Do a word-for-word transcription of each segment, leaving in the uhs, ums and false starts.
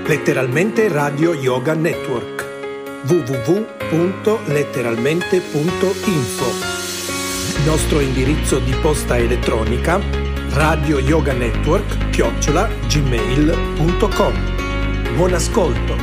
Letteralmente Radio Yoga Network. w w w punto letteralmente punto info. Nostro indirizzo di posta elettronica radio yoga network chiocciola gmail punto com. Buon ascolto.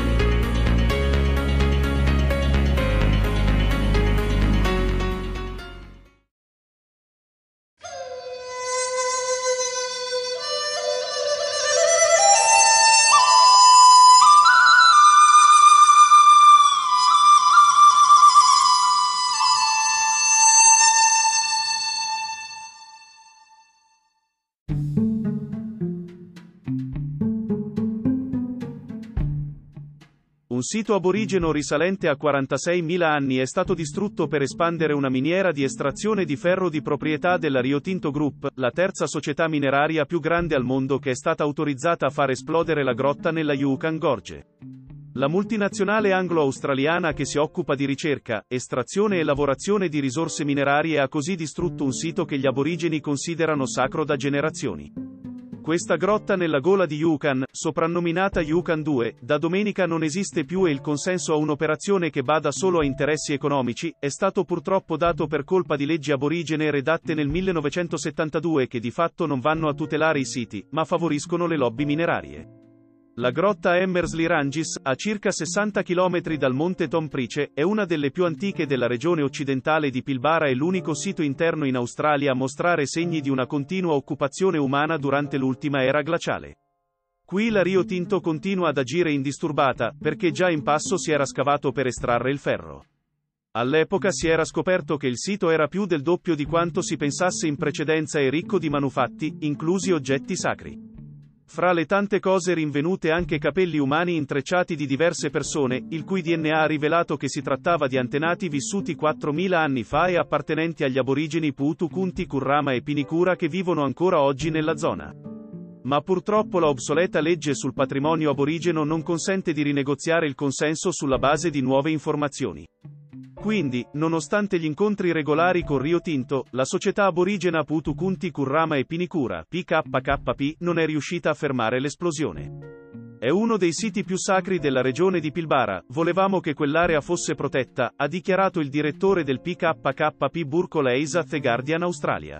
Un sito aborigeno risalente a quarantaseimila anni è stato distrutto per espandere una miniera di estrazione di ferro di proprietà della Rio Tinto Group, la terza società mineraria più grande al mondo che è stata autorizzata a far esplodere la grotta nella Juukan Gorge. La multinazionale anglo-australiana che si occupa di ricerca, estrazione e lavorazione di risorse minerarie ha così distrutto un sito che gli aborigeni considerano sacro da generazioni. Questa grotta nella gola di Juukan, soprannominata Juukan due, da domenica non esiste più e il consenso a un'operazione che bada solo a interessi economici, è stato purtroppo dato per colpa di leggi aborigene redatte nel millenovecentosettantadue che di fatto non vanno a tutelare i siti, ma favoriscono le lobby minerarie. La grotta Emmersley Ranges, a circa sessanta chilometri dal monte Tom Price, è una delle più antiche della regione occidentale di Pilbara e l'unico sito interno in Australia a mostrare segni di una continua occupazione umana durante l'ultima era glaciale. Qui la Rio Tinto continua ad agire indisturbata, perché già in passo si era scavato per estrarre il ferro. All'epoca si era scoperto che il sito era più del doppio di quanto si pensasse in precedenza e ricco di manufatti, inclusi oggetti sacri. Fra le tante cose rinvenute anche capelli umani intrecciati di diverse persone, il cui D N A ha rivelato che si trattava di antenati vissuti quattromila anni fa e appartenenti agli aborigeni Puutu Kunti Kurrama e Pinikura che vivono ancora oggi nella zona. Ma purtroppo la obsoleta legge sul patrimonio aborigeno non consente di rinegoziare il consenso sulla base di nuove informazioni. Quindi, nonostante gli incontri regolari con Rio Tinto, la società aborigena Puutu Kunti Kurrama e Pinikura, P K K P, non è riuscita a fermare l'esplosione. È uno dei siti più sacri della regione di Pilbara, volevamo che quell'area fosse protetta, ha dichiarato il direttore del P K K P Burko Leisa The Guardian Australia.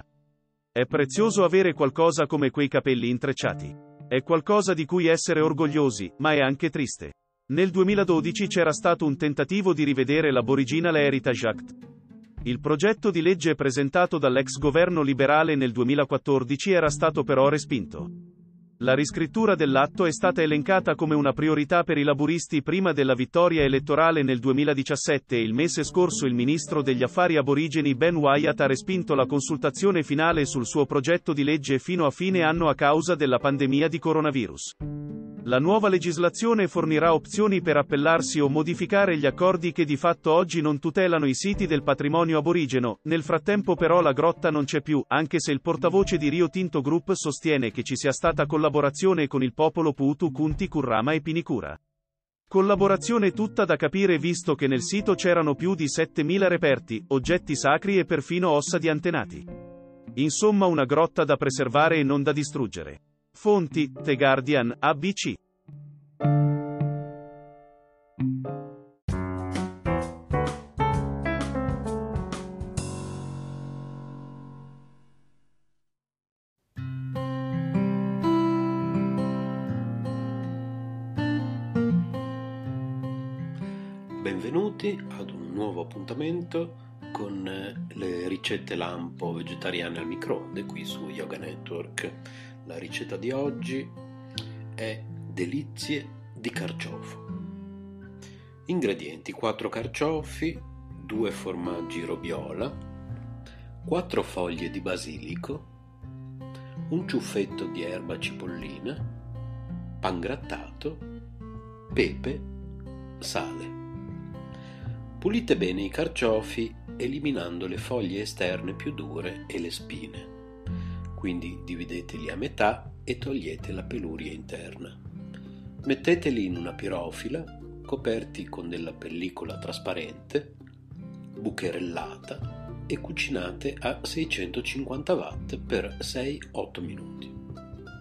È prezioso avere qualcosa come quei capelli intrecciati. È qualcosa di cui essere orgogliosi, ma è anche triste. Nel duemiladodici c'era stato un tentativo di rivedere l'Aboriginal Heritage Act. Il progetto di legge presentato dall'ex governo liberale nel duemilaquattordici era stato però respinto. La riscrittura dell'atto è stata elencata come una priorità per i laburisti prima della vittoria elettorale nel duemiladiciassette e il mese scorso il ministro degli affari aborigeni Ben Wyatt ha respinto la consultazione finale sul suo progetto di legge fino a fine anno a causa della pandemia di coronavirus. La nuova legislazione fornirà opzioni per appellarsi o modificare gli accordi che di fatto oggi non tutelano i siti del patrimonio aborigeno. Nel frattempo però la grotta non c'è più, anche se il portavoce di Rio Tinto Group sostiene che ci sia stata collaborazione con il popolo Puutu Kunti Kurrama e Pinikura. Collaborazione tutta da capire visto che nel sito c'erano più di settemila reperti, oggetti sacri e perfino ossa di antenati. Insomma una grotta da preservare e non da distruggere. Fonti, The Guardian, A B C. Benvenuti ad un nuovo appuntamento con le ricette lampo vegetariane al microonde qui su Yoga Network. La ricetta di oggi è delizie di carciofo. Ingredienti: quattro carciofi, due formaggi robiola, quattro foglie di basilico, un ciuffetto di erba cipollina, pangrattato, pepe, sale. Pulite bene i carciofi eliminando le foglie esterne più dure e le spine. Quindi divideteli a metà e togliete la peluria interna. Metteteli in una pirofila, coperti con della pellicola trasparente, bucherellata e cucinate a seicentocinquanta watt per sei otto minuti.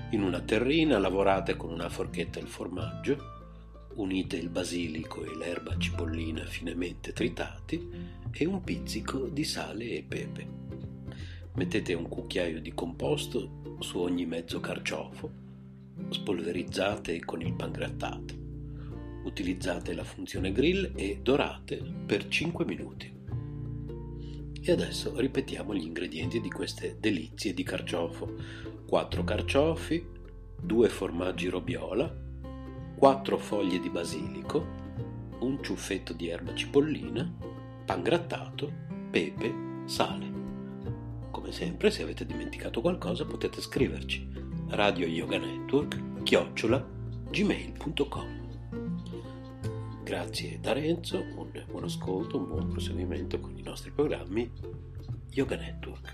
In una terrina lavorate con una forchetta il formaggio, unite il basilico e l'erba cipollina finemente tritati e un pizzico di sale e pepe. Mettete un cucchiaio di composto su ogni mezzo carciofo, spolverizzate con il pangrattato. Utilizzate la funzione grill e dorate per cinque minuti. E adesso ripetiamo gli ingredienti di queste delizie di carciofo: quattro carciofi, due formaggi robiola, quattro foglie di basilico, un ciuffetto di erba cipollina, pangrattato, pepe, sale. Come sempre, se avete dimenticato qualcosa potete scriverci radio yoga network chiocciola gmail punto com. Grazie da Renzo, un buon ascolto, un buon proseguimento con i nostri programmi Yoga Network.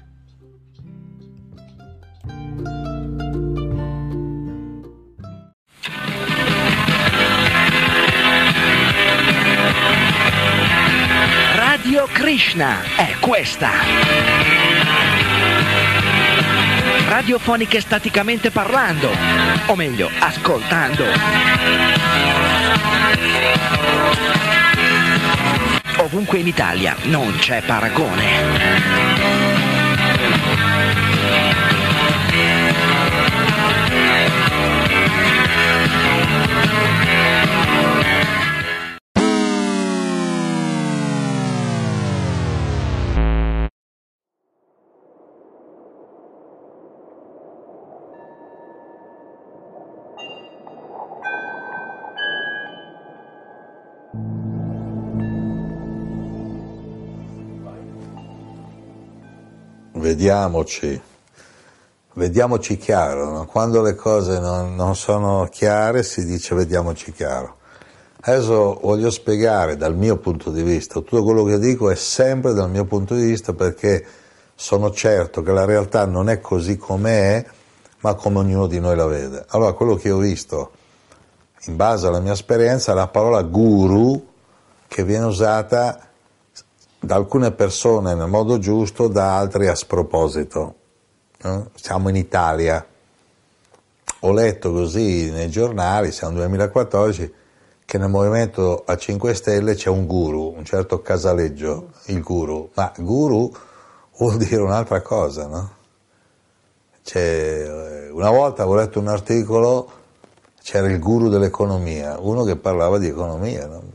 Radio Krishna è questa. Radiofoniche staticamente parlando, o meglio, ascoltando. Ovunque in Italia non c'è paragone. Vediamoci, vediamoci chiaro, no? Quando le cose non, non sono chiare si dice vediamoci chiaro. Adesso voglio spiegare dal mio punto di vista, tutto quello che dico è sempre dal mio punto di vista, perché sono certo che la realtà non è così com'è, ma come ognuno di noi la vede. Allora, quello che ho visto in base alla mia esperienza è la parola guru, che viene usata da alcune persone nel modo giusto, da altri a sproposito. No? Siamo in Italia. Ho letto così nei giornali, siamo nel duemilaquattordici, che nel Movimento a cinque Stelle c'è un guru, un certo Casaleggio, il guru. Ma guru vuol dire un'altra cosa, no? C'è, una volta avevo letto un articolo, c'era il guru dell'economia, uno che parlava di economia, no?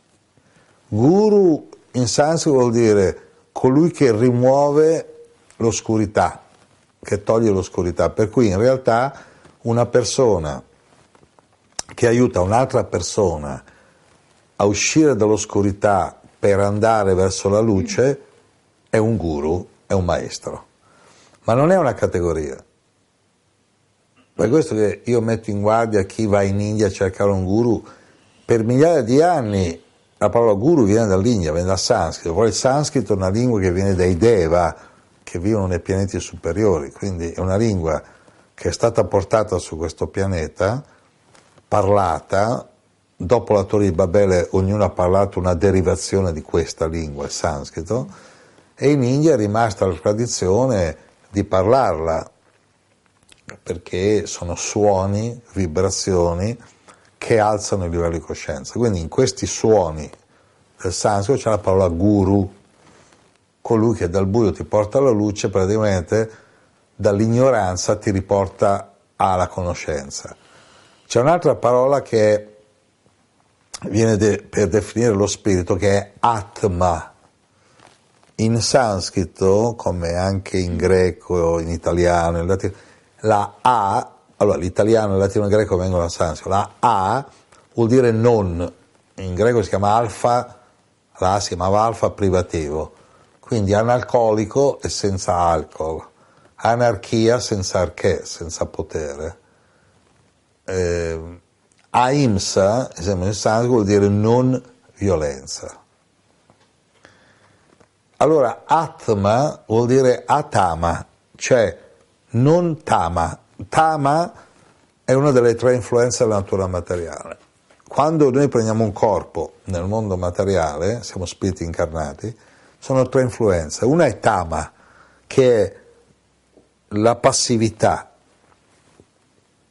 Guru in sanscrito vuol dire colui che rimuove l'oscurità, che toglie l'oscurità, per cui in realtà una persona che aiuta un'altra persona a uscire dall'oscurità per andare verso la luce è un guru, è un maestro, ma non è una categoria. Per questo che io metto in guardia chi va in India a cercare un guru. Per migliaia di anni la parola guru viene dall'India, viene dal sanscrito, poi il sanscrito è una lingua che viene dai Deva, che vivono nei pianeti superiori, quindi è una lingua che è stata portata su questo pianeta, parlata, dopo la Torre di Babele ognuno ha parlato una derivazione di questa lingua, il sanscrito, e in India è rimasta la tradizione di parlarla, perché sono suoni, vibrazioni, che alzano il livello di coscienza. Quindi in questi suoni del sanscrito c'è la parola guru, colui che dal buio ti porta alla luce, praticamente dall'ignoranza ti riporta alla conoscenza. C'è un'altra parola che viene de- per definire lo spirito, che è Atma. In sanscrito, come anche in greco, in italiano, in latino, la A, allora l'italiano, il latino e il greco vengono dal sanscrito, la A vuol dire non, in greco si chiama alfa, la A si chiamava alfa privativo, quindi analcolico e senza alcol, anarchia senza arché, senza potere. Eh, ahimsa, esempio in sanscrito, vuol dire non violenza. Allora Atma vuol dire atama, cioè non tama. Tama è una delle tre influenze della natura materiale. Quando noi prendiamo un corpo nel mondo materiale, siamo spiriti incarnati, sono tre influenze. Una è tama, che è la passività,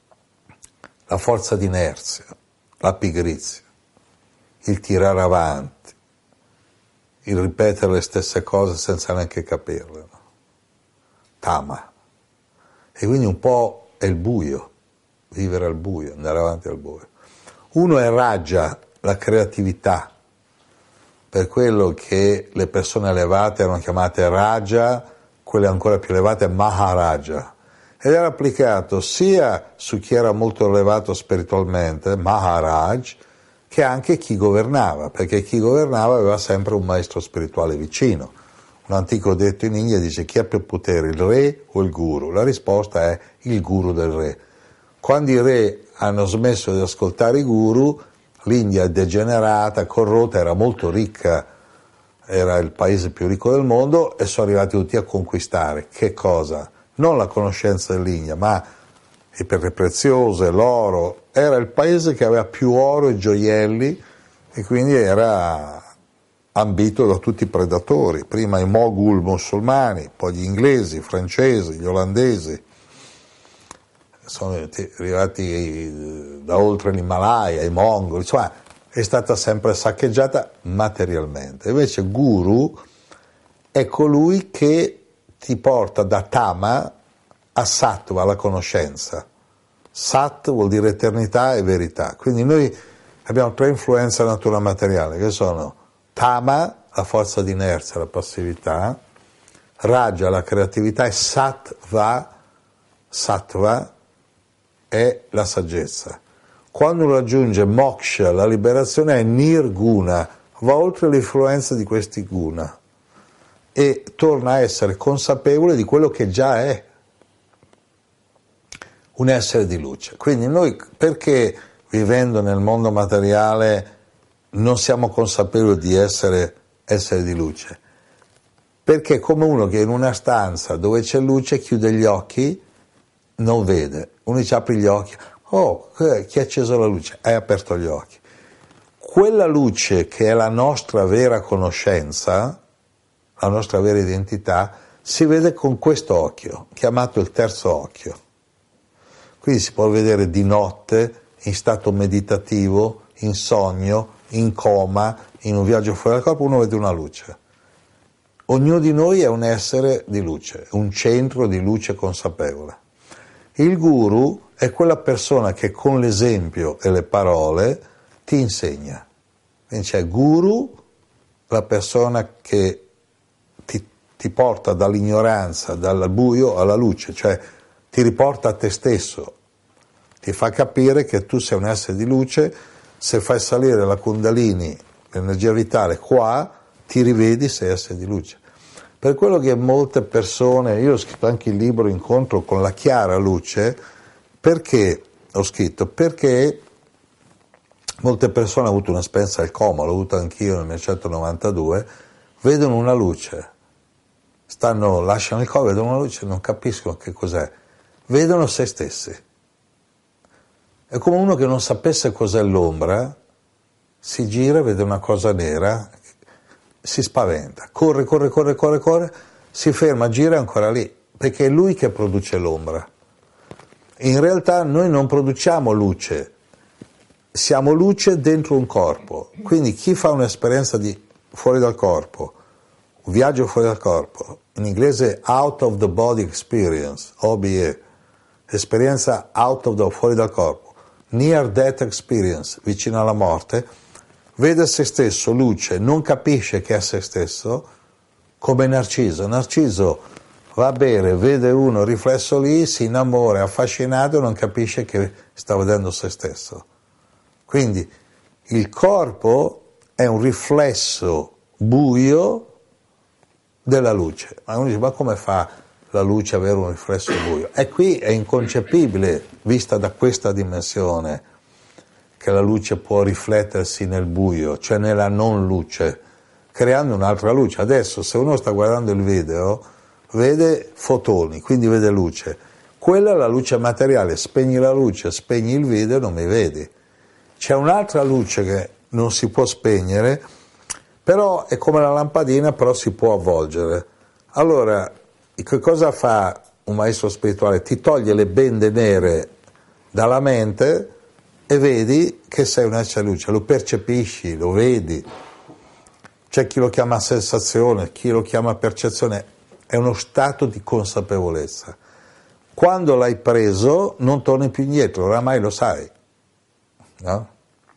la forza d'inerzia, la pigrizia, il tirare avanti, il ripetere le stesse cose senza neanche capirle, no? Tama. E quindi un po' è il buio, vivere al buio, andare avanti al buio. Uno è Raja, la creatività, per quello che le persone elevate erano chiamate Raja, quelle ancora più elevate Maharaja, ed era applicato sia su chi era molto elevato spiritualmente, Maharaj, che anche chi governava, perché chi governava aveva sempre un maestro spirituale vicino. Un antico detto in India dice: chi ha più potere, il re o il guru? La risposta è il guru del re. Quando i re hanno smesso di ascoltare i guru, l'India è degenerata, corrotta, era molto ricca, era il paese più ricco del mondo, e sono arrivati tutti a conquistare. Che cosa? Non la conoscenza dell'India, ma le perle preziose, l'oro. Era il paese che aveva più oro e gioielli, e quindi era ambito da tutti i predatori, prima i Moghul musulmani, poi gli inglesi, i francesi, gli olandesi, sono arrivati da oltre l'Himalaya, i mongoli, cioè è stata sempre saccheggiata materialmente. Invece Guru è colui che ti porta da Tama a Sattva, alla conoscenza. Sat vuol dire eternità e verità, quindi noi abbiamo tre influenze della natura materiale, che sono Tama, la forza di inerzia, la passività, Raja, la creatività, e Sattva, Sattva è la saggezza. Quando uno raggiunge Moksha, la liberazione, è Nirguna, va oltre l'influenza di questi guna e torna a essere consapevole di quello che già è, un essere di luce. Quindi noi, perché vivendo nel mondo materiale non siamo consapevoli di essere esseri di luce? Perché come uno che in una stanza dove c'è luce chiude gli occhi, non vede. Uno dice apri gli occhi, oh, chi ha acceso la luce? Hai aperto gli occhi. Quella luce che è la nostra vera conoscenza, la nostra vera identità, si vede con questo occhio, chiamato il terzo occhio. Quindi si può vedere di notte, in stato meditativo, in sogno, in coma, in un viaggio fuori dal corpo, uno vede una luce. Ognuno di noi è un essere di luce, un centro di luce consapevole. Il guru è quella persona che con l'esempio e le parole ti insegna. Quindi c'è guru, la persona che ti, ti porta dall'ignoranza, dal buio alla luce, cioè ti riporta a te stesso, ti fa capire che tu sei un essere di luce. Se fai salire la Kundalini, l'energia vitale qua, ti rivedi, sei essere di luce. Per quello che molte persone, io ho scritto anche il libro Incontro con la chiara luce, perché ho scritto? Perché molte persone hanno avuto un'esperienza al coma, l'ho avuta anch'io nel millenovecentonovantadue, vedono una luce, stanno, lasciano il coma, vedono una luce, non capiscono che cos'è, vedono se stessi. È come uno che non sapesse cos'è l'ombra, si gira, vede una cosa nera, si spaventa, corre, corre, corre, corre, corre, si ferma, gira, è ancora lì, perché è lui che produce l'ombra. In realtà noi non produciamo luce, siamo luce dentro un corpo. Quindi chi fa un'esperienza di fuori dal corpo, un viaggio fuori dal corpo, in inglese out of the body experience, O B E, esperienza out of the, fuori dal corpo, near death experience, vicino alla morte, vede se stesso, luce, non capisce che è se stesso, come Narciso. Narciso va a bere, vede uno riflesso lì, si innamora, è affascinato e non capisce che sta vedendo se stesso. Quindi il corpo è un riflesso buio della luce. Ma uno dice, ma come fa la luce ad avere un riflesso buio? E qui è inconcepibile, vista da questa dimensione, che la luce può riflettersi nel buio, cioè nella non luce, creando un'altra luce. Adesso se uno sta guardando il video vede fotoni, quindi vede luce. Quella è la luce materiale, spegni la luce, spegni il video e non mi vedi. C'è un'altra luce che non si può spegnere, però è come la lampadina, però si può avvolgere. Allora, che cosa fa un maestro spirituale? Ti toglie le bende nere dalla mente e vedi che sei un essere luce, lo percepisci, lo vedi. C'è chi lo chiama sensazione, chi lo chiama percezione, è uno stato di consapevolezza. Quando l'hai preso non torni più indietro, oramai lo sai, no?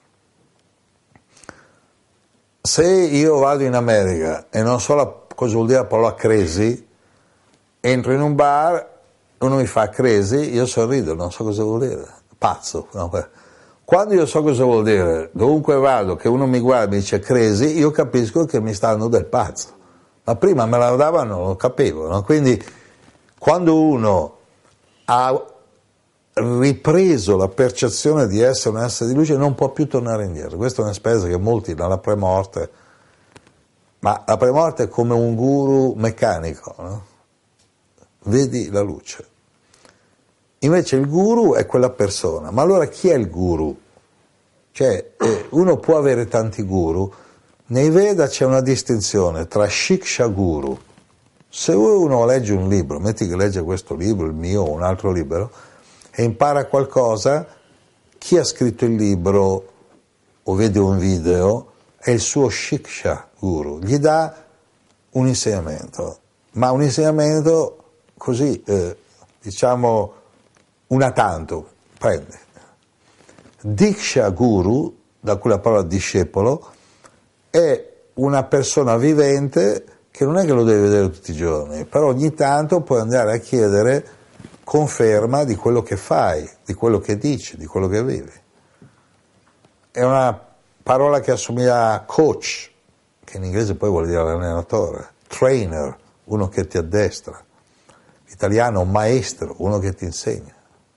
Se io vado in America e non so la, cosa vuol dire la parola crazy, entro in un bar, uno mi fa crazy, io sorrido, non so cosa vuol dire, pazzo. No? Quando io so cosa vuol dire, dovunque vado, che uno mi guarda e mi dice crazy, io capisco che mi sta dando del pazzo. Ma prima me la davano, non lo capivo. No? Quindi quando uno ha ripreso la percezione di essere un essere di luce non può più tornare indietro. Questa è un'esperienza che molti dalla premorte, ma la premorte è come un guru meccanico, no? Vedi la luce. Invece il guru è quella persona. Ma allora chi è il guru? Cioè, eh, uno può avere tanti guru. Nei Veda c'è una distinzione tra Shiksha Guru. Se uno legge un libro, metti che legge questo libro, il mio o un altro libro, e impara qualcosa, chi ha scritto il libro o vede un video è il suo Shiksha Guru, gli dà un insegnamento, ma un insegnamento così, eh, diciamo, una tanto, prende. Diksha Guru, da cui la parola discepolo, è una persona vivente che non è che lo deve vedere tutti i giorni, però ogni tanto puoi andare a chiedere conferma di quello che fai, di quello che dici, di quello che vivi. È una parola che assomiglia a coach, che in inglese poi vuol dire allenatore, trainer, uno che ti addestra, l'italiano maestro, uno che ti insegna.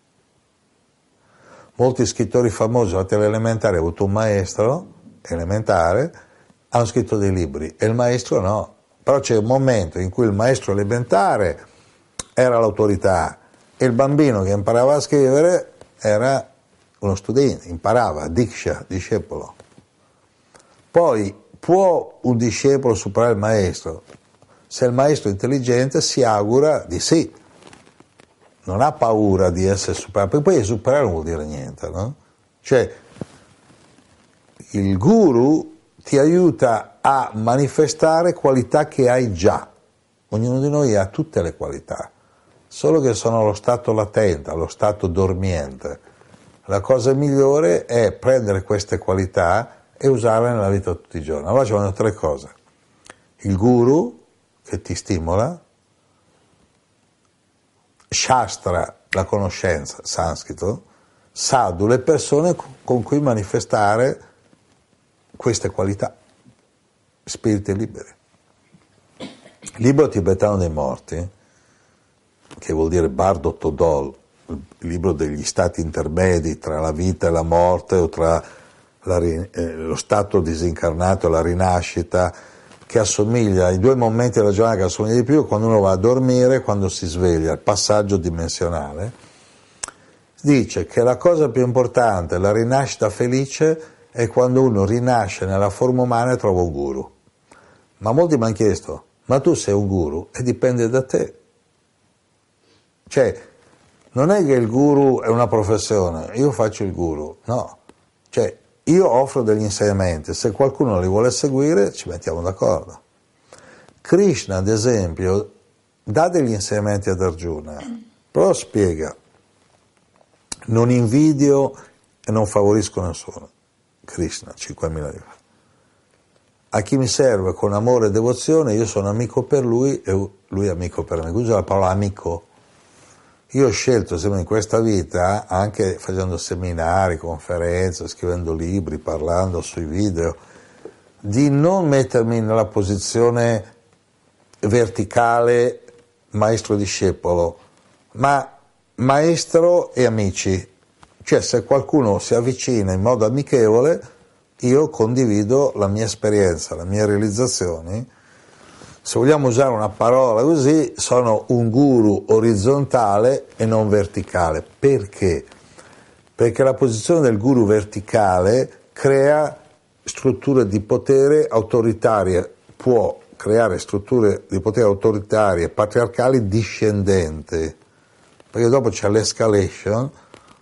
Molti scrittori famosi all'elementare hanno avuto un maestro elementare, hanno scritto dei libri e il maestro no, però c'è un momento in cui il maestro elementare era l'autorità e il bambino che imparava a scrivere era uno studente, imparava, diksha, discepolo. Poi può un discepolo superare il maestro? Se il maestro è intelligente si augura di sì, non ha paura di essere superato, perché poi superare non vuol dire niente, no? Cioè il guru ti aiuta a manifestare qualità che hai già, ognuno di noi ha tutte le qualità, solo che sono allo stato latente, allo stato dormiente. La cosa migliore è prendere queste qualità e usarle nella vita tutti i giorni. Allora ci vogliono tre cose: il guru che ti stimola, Shastra, la conoscenza, sanscrito, sadhu, le persone con cui manifestare queste qualità, spiriti liberi. Il libro tibetano dei morti, che vuol dire Bardo Todol, il libro degli stati intermedi tra la vita e la morte, o tra la, eh, lo stato disincarnato e la rinascita, che assomiglia ai due momenti della giornata che assomiglia di più, quando uno va a dormire e quando si sveglia, il passaggio dimensionale, dice che la cosa più importante, la rinascita felice, è quando uno rinasce nella forma umana e trova un guru. Ma molti mi hanno chiesto, ma tu sei un guru? E dipende da te. Cioè, non è che il guru è una professione, io faccio il guru, no. Cioè, io offro degli insegnamenti, se qualcuno li vuole seguire ci mettiamo d'accordo. Krishna, ad esempio, dà degli insegnamenti ad Arjuna, però spiega, non invidio e non favorisco nessuno. Krishna, cinquemila anni fa. A chi mi serve con amore e devozione, io sono amico per lui e lui è amico per me. Usa la parola amico. Io ho scelto, sempre in questa vita, anche facendo seminari, conferenze, scrivendo libri, parlando sui video, di non mettermi nella posizione verticale maestro-discepolo, ma maestro e amici. Cioè, se qualcuno si avvicina in modo amichevole, io condivido la mia esperienza, le mie realizzazioni. Se vogliamo usare una parola così, sono un guru orizzontale e non verticale. Perché? Perché la posizione del guru verticale crea strutture di potere autoritarie, può creare strutture di potere autoritarie, patriarcali, discendenti. Perché dopo c'è l'escalation,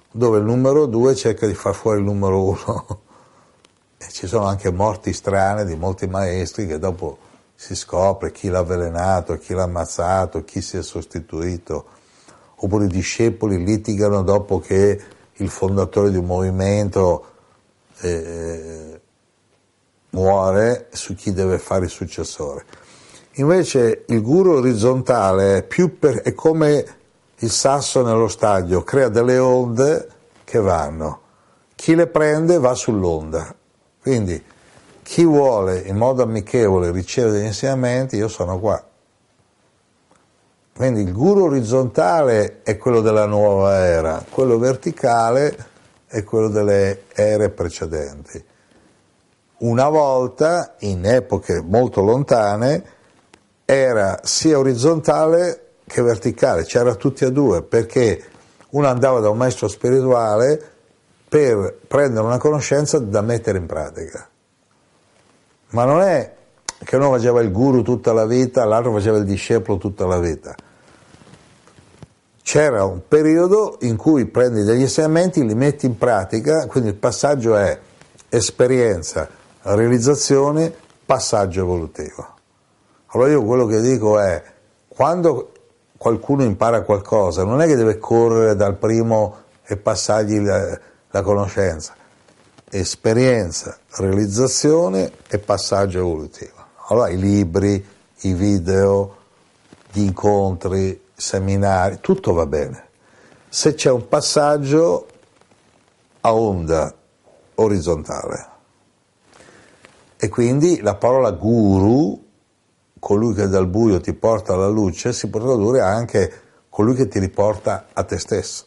dove il numero due cerca di far fuori il numero uno. E ci sono anche morti strane di molti maestri che dopo si scopre chi l'ha avvelenato, chi l'ha ammazzato, chi si è sostituito, oppure i discepoli litigano dopo che il fondatore di un movimento eh, muore su chi deve fare il successore. Invece il guru orizzontale è, più per, è come il sasso nello stadio, crea delle onde che vanno, chi le prende va sull'onda, quindi chi vuole in modo amichevole ricevere degli insegnamenti, io sono qua. Quindi il guru orizzontale è quello della nuova era, quello verticale è quello delle ere precedenti. Una volta, in epoche molto lontane, era sia orizzontale che verticale, c'era tutti e due, perché uno andava da un maestro spirituale per prendere una conoscenza da mettere in pratica. Ma non è che uno faceva il guru tutta la vita, l'altro faceva il discepolo tutta la vita. C'era un periodo in cui prendi degli insegnamenti, li metti in pratica, quindi il passaggio è esperienza, realizzazione, passaggio evolutivo. Allora io quello che dico è, quando qualcuno impara qualcosa, non è che deve correre dal primo e passargli la, la conoscenza, esperienza, realizzazione e passaggio evolutivo. Allora i libri, i video, gli incontri, seminari, tutto va bene. Se c'è un passaggio a onda orizzontale. E quindi la parola guru, colui che dal buio ti porta alla luce, si può tradurre anche colui che ti riporta a te stesso.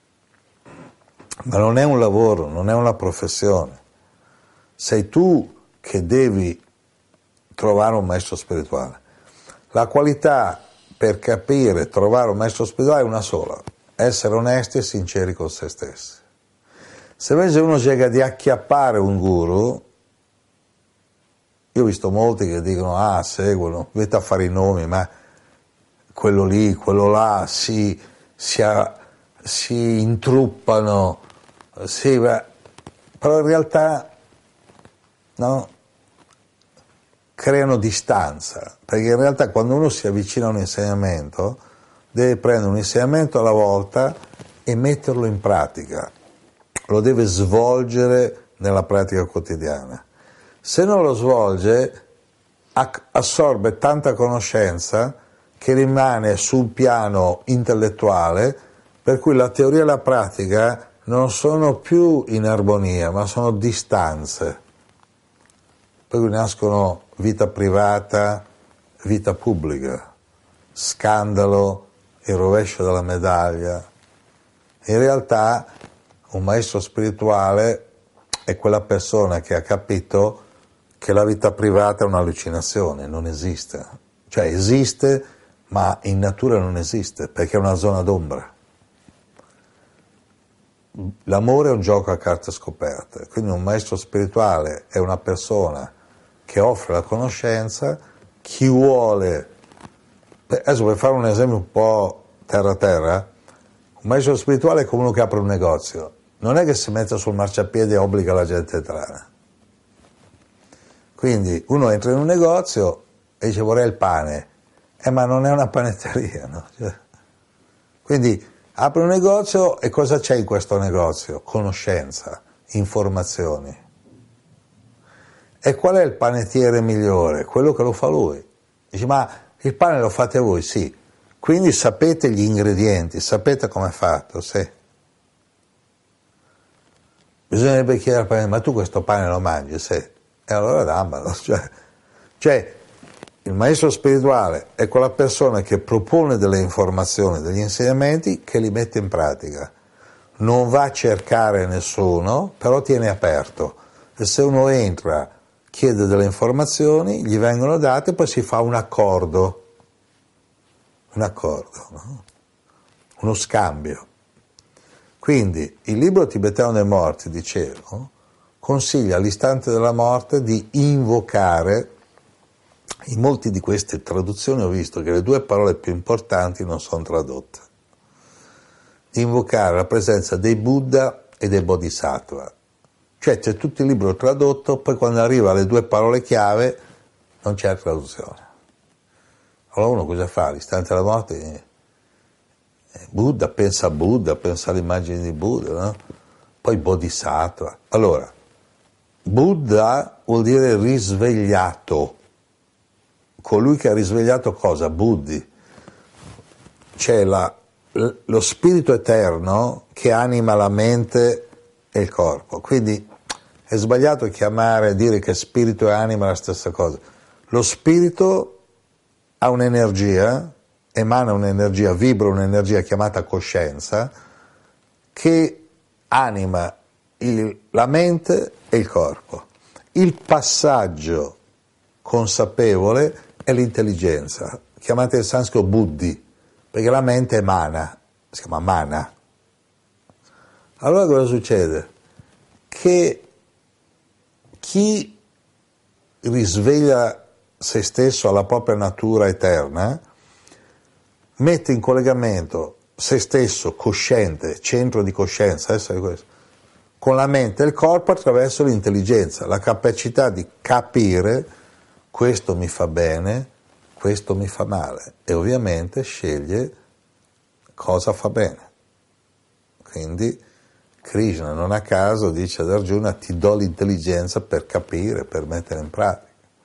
Ma non è un lavoro, non è una professione. Sei tu che devi trovare un maestro spirituale. La qualità per capire, trovare un maestro spirituale è una sola: essere onesti e sinceri con se stessi. Se invece uno cerca di acchiappare un guru, io ho visto molti che dicono, ah, seguono, vedete a fare i nomi, ma quello lì, quello là, si, si, si intruppano, sì, beh, però in realtà no, creano distanza, perché in realtà quando uno si avvicina a un insegnamento deve prendere un insegnamento alla volta e metterlo in pratica, lo deve svolgere nella pratica quotidiana. Se non lo svolge, assorbe tanta conoscenza che rimane sul piano intellettuale, per cui la teoria e la pratica non sono più in armonia, ma sono distanze. Per cui nascono vita privata, vita pubblica, scandalo, il rovescio della medaglia. In realtà un maestro spirituale è quella persona che ha capito che la vita privata è un'allucinazione, non esiste. Cioè esiste, ma in natura non esiste, perché è una zona d'ombra. L'amore è un gioco a carte scoperte, quindi un maestro spirituale è una persona che offre la conoscenza. Chi vuole, adesso per fare un esempio un po' terra terra, un maestro spirituale è come uno che apre un negozio, non è che si mette sul marciapiede e obbliga la gente a entrare. Quindi uno entra in un negozio e dice vorrei il pane, eh, ma non è una panetteria, no? Cioè, quindi apre un negozio e cosa c'è in questo negozio? Conoscenza, informazioni. E qual è il panettiere migliore? Quello che lo fa lui. Dice ma il pane lo fate voi? Sì. Quindi sapete gli ingredienti, sapete come è fatto? Sì. Bisognerebbe chiedere al pane, ma tu questo pane lo mangi? Sì. E allora dammelo. Cioè, cioè, il maestro spirituale è quella persona che propone delle informazioni, degli insegnamenti, che li mette in pratica. Non va a cercare nessuno, però tiene aperto. E se uno entra, chiede delle informazioni, gli vengono date, poi si fa un accordo. Un accordo, no? Uno scambio. Quindi il libro tibetano dei morti, dicevo, consiglia all'istante della morte di invocare. In molte di queste traduzioni ho visto che le due parole più importanti non sono tradotte. di invocare la presenza dei Buddha e dei Bodhisattva. Cioè c'è tutto il libro tradotto, poi quando arriva alle due parole chiave non c'è la traduzione. Allora uno cosa fa? All'istante della morte, Buddha, pensa a Buddha, pensa all'immagine di Buddha, no? Poi Bodhisattva. Allora, Buddha vuol dire risvegliato. Colui che ha risvegliato cosa? Buddhi. C'è la, lo spirito eterno che anima la mente e il corpo. Quindi è sbagliato chiamare, dire che spirito e anima è la stessa cosa. Lo spirito ha un'energia, emana un'energia, vibra un'energia chiamata coscienza, che anima il, la mente e il corpo. Il passaggio consapevole è l'intelligenza, chiamata in sanscrito buddhi, perché la mente è mana, si chiama mana. Allora cosa succede? Che chi risveglia se stesso alla propria natura eterna mette in collegamento se stesso cosciente, centro di coscienza, essere questo, con la mente e il corpo attraverso l'intelligenza, la capacità di capire questo mi fa bene, questo mi fa male, e ovviamente sceglie cosa fa bene. Quindi Krishna non a caso dice ad Arjuna: ti do l'intelligenza per capire, per mettere in pratica.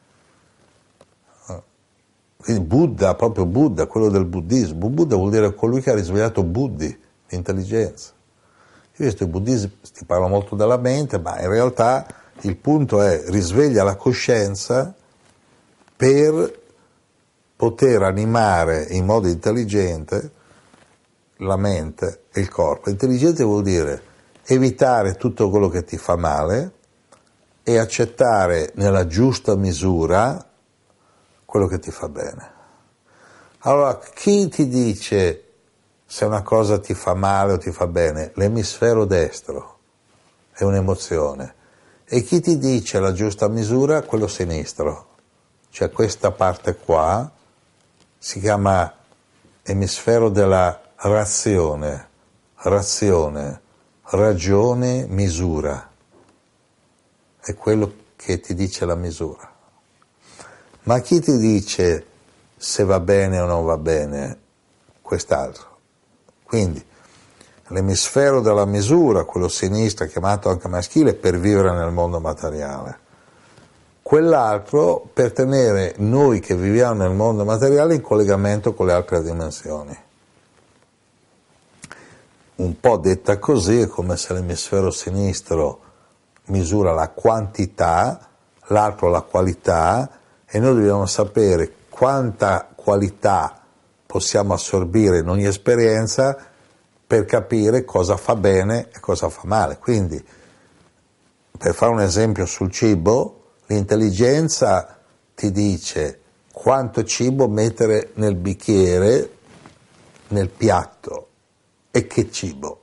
Quindi Buddha, proprio Buddha, quello del buddismo, Buddha vuol dire colui che ha risvegliato Buddhi, l'intelligenza. Io ho visto i buddisti parlano molto della mente, ma in realtà il punto è risveglia la coscienza per poter animare in modo intelligente la mente e il corpo. Intelligente vuol dire evitare tutto quello che ti fa male e accettare nella giusta misura quello che ti fa bene. Allora, chi ti dice se una cosa ti fa male o ti fa bene? L'emisfero destro è un'emozione. E chi ti dice la giusta misura? Quello sinistro. Cioè questa parte qua si chiama emisfero della razione, razione, ragione, misura. È quello che ti dice la misura. Ma chi ti dice se va bene o non va bene? Quest'altro. Quindi l'emisfero della misura, quello sinistro, chiamato anche maschile, per vivere nel mondo materiale. Quell'altro per tenere noi che viviamo nel mondo materiale in collegamento con le altre dimensioni. Un po' detta così è come se l'emisfero sinistro misura la quantità, l'altro la qualità, e noi dobbiamo sapere quanta qualità possiamo assorbire in ogni esperienza per capire cosa fa bene e cosa fa male. Quindi, per fare un esempio sul cibo, l'intelligenza ti dice quanto cibo mettere nel bicchiere, nel piatto, e che cibo.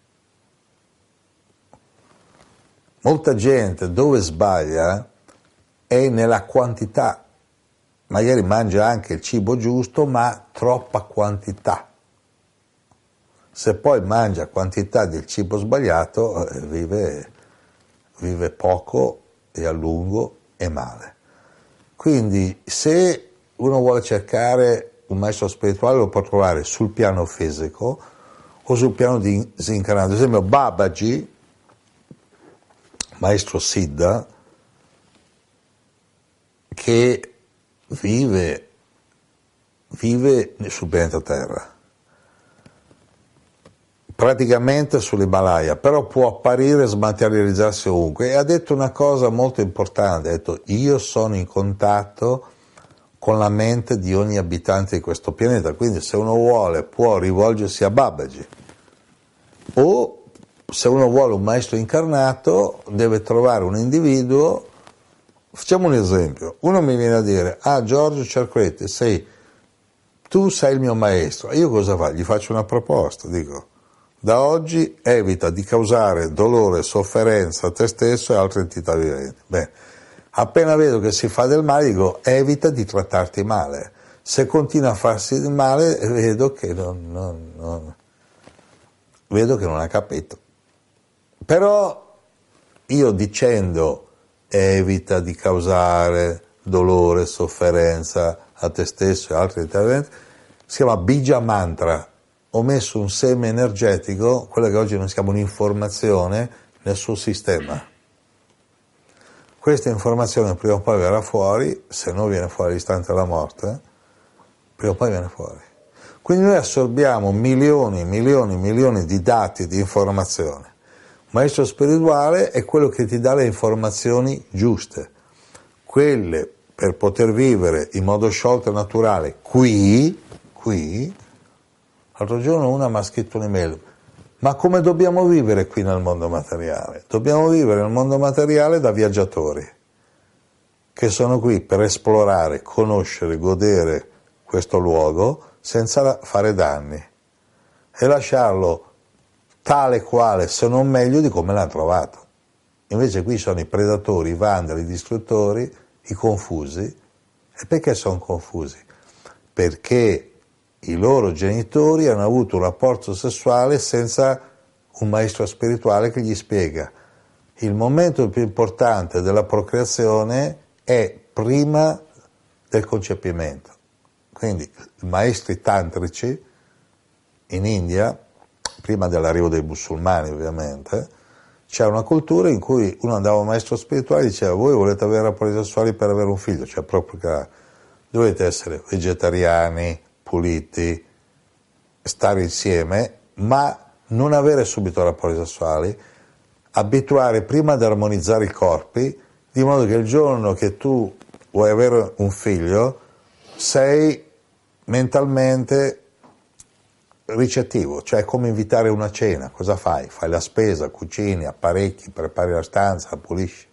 Molta gente dove sbaglia è nella quantità, magari mangia anche il cibo giusto, ma troppa quantità. Se poi mangia quantità del cibo sbagliato, eh, vive, vive poco e a lungo e male. Quindi se uno vuole cercare un maestro spirituale lo può trovare sul piano fisico o sul piano disincarnato. Ad esempio Babaji, maestro Siddha, che vive, vive sul pianeta Terra, praticamente sull'Himalaya, però può apparire e smaterializzarsi ovunque, e ha detto una cosa molto importante, ha detto: io sono in contatto con la mente di ogni abitante di questo pianeta, quindi se uno vuole può rivolgersi a Babaji, o se uno vuole un maestro incarnato deve trovare un individuo. Facciamo un esempio, uno mi viene a dire: ah, Giorgio Cerquetti, sei, tu sei il mio maestro. Io cosa faccio? Gli faccio una proposta, dico: da oggi evita di causare dolore e sofferenza a te stesso e altre entità viventi. Bene, appena vedo che si fa del male, dico: evita di trattarti male. Se continua a farsi del male, vedo che non... non, non. vedo che non ha capito. Però io dicendo evita di causare dolore, sofferenza a te stesso e altri interventi, si chiama Bija Mantra. Ho messo un seme energetico, quello che oggi noi chiamiamo un'informazione, nel suo sistema. Questa informazione prima o poi verrà fuori, se non viene fuori all'istante della morte, prima o poi viene fuori. Quindi noi assorbiamo milioni, milioni, milioni di dati, di informazioni. Il maestro spirituale è quello che ti dà le informazioni giuste, quelle per poter vivere in modo sciolto e naturale qui, qui. L'altro giorno una mi ha scritto un'email, ma come dobbiamo vivere qui nel mondo materiale? Dobbiamo vivere nel mondo materiale da viaggiatori, che sono qui per esplorare, conoscere, godere questo luogo senza fare danni e lasciarlo tale quale, se non meglio, di come l'hanno trovato. Invece qui sono i predatori, i vandali, i distruttori, i confusi. E perché sono confusi? Perché i loro genitori hanno avuto un rapporto sessuale senza un maestro spirituale che gli spiega. Il momento più importante della procreazione è prima del concepimento. Quindi i maestri tantrici in India, prima dell'arrivo dei musulmani ovviamente, c'era una cultura in cui uno andava a un maestro spirituale e diceva: voi volete avere rapporti sessuali per avere un figlio, cioè proprio che dovete essere vegetariani, puliti, stare insieme, ma non avere subito rapporti sessuali, abituare prima ad armonizzare i corpi, di modo che il giorno che tu vuoi avere un figlio sei mentalmente ricettivo, cioè è come invitare una cena. Cosa fai? Fai la spesa, cucini, apparecchi, prepari la stanza, la pulisci,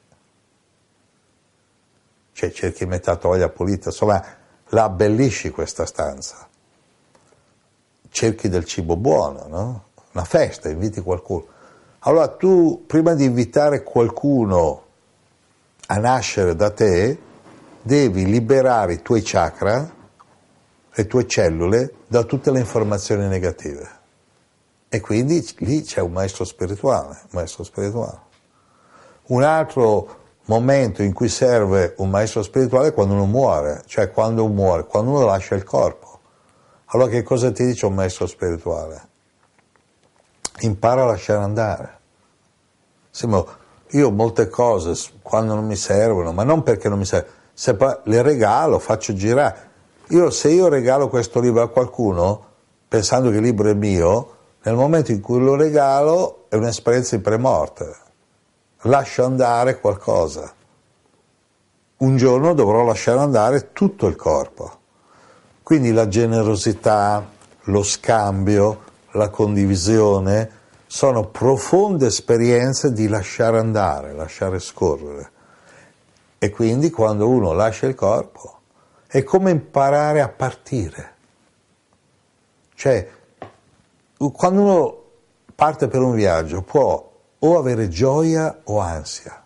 cioè cerchi metà toglia pulita, insomma la abbellisci questa stanza, cerchi del cibo buono, no? Una festa, inviti qualcuno. Allora tu, prima di invitare qualcuno a nascere da te, devi liberare i tuoi chakra, le tue cellule, da tutte le informazioni negative. E quindi lì c'è un maestro spirituale, un maestro spirituale. Un altro momento in cui serve un maestro spirituale è quando uno muore, cioè quando uno muore, quando uno lascia il corpo. Allora che cosa ti dice un maestro spirituale? Impara a lasciare andare. Sì, ma io molte cose quando non mi servono, ma non perché non mi servono, se poi le regalo, faccio girare. Io, se io regalo questo libro a qualcuno, pensando che il libro è mio, nel momento in cui lo regalo è un'esperienza di premorte. Lascio andare qualcosa. Un giorno dovrò lasciare andare tutto il corpo. Quindi la generosità, lo scambio, la condivisione sono profonde esperienze di lasciare andare, lasciare scorrere. E quindi quando uno lascia il corpo è come imparare a partire. Cioè, quando uno parte per un viaggio può o avere gioia o ansia.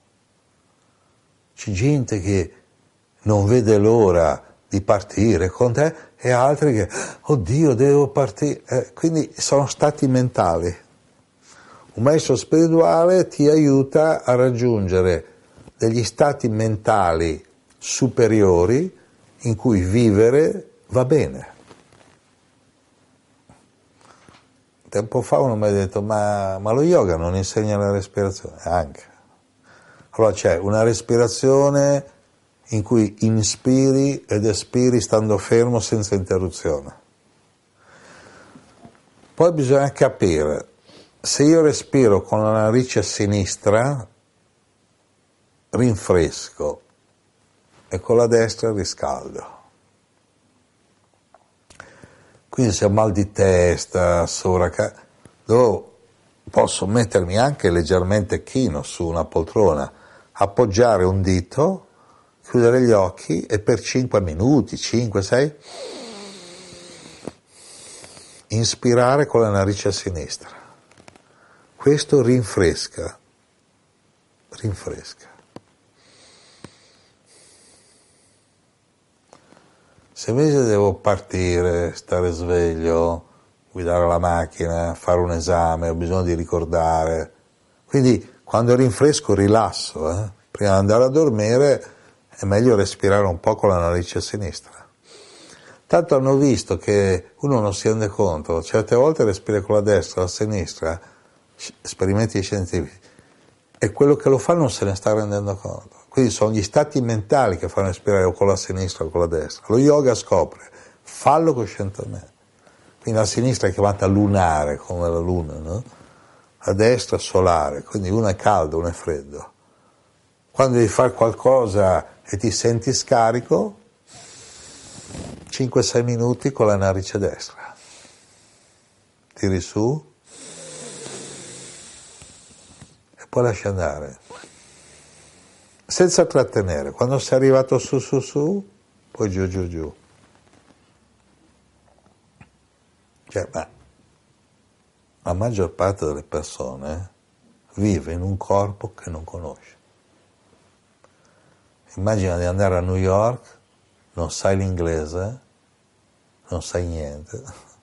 C'è gente che non vede l'ora di partire con te e altri che, oddio, devo partire. Eh, quindi sono stati mentali. Un maestro spirituale ti aiuta a raggiungere degli stati mentali superiori in cui vivere va bene. Tempo fa uno mi ha detto, ma, ma lo yoga non insegna la respirazione? Anche. Allora c'è una respirazione in cui inspiri ed espiri stando fermo senza interruzione. Poi bisogna capire, se io respiro con la narice sinistra, rinfresco, e con la destra riscaldo. Quindi se ho mal di testa, sovracca, posso mettermi anche leggermente chino su una poltrona, appoggiare un dito, chiudere gli occhi e per cinque minuti, cinque, sei, inspirare con la narice sinistra. Questo rinfresca, rinfresca. Se invece devo partire, stare sveglio, guidare la macchina, fare un esame, ho bisogno di ricordare. Quindi quando rinfresco rilasso, eh? Prima di andare a dormire è meglio respirare un po' con la narice sinistra. Tanto hanno visto che uno non si rende conto, certe volte respira con la destra, la sinistra, esperimenti scientifici, e quello che lo fa non se ne sta rendendo conto. Quindi sono gli stati mentali che fanno respirare o con la sinistra o con la destra. Lo yoga scopre, fallo coscientemente. Quindi la sinistra è chiamata lunare, come la luna, no? La destra solare, quindi uno è caldo, uno è freddo. Quando devi fare qualcosa e ti senti scarico, cinque sei minuti con la narice destra. Tiri su e poi lasci andare. Senza trattenere. Quando sei arrivato su su su, poi giù giù giù. Cioè, ma la maggior parte delle persone vive in un corpo che non conosce. Immagina di andare a New York, non sai l'inglese, non sai niente,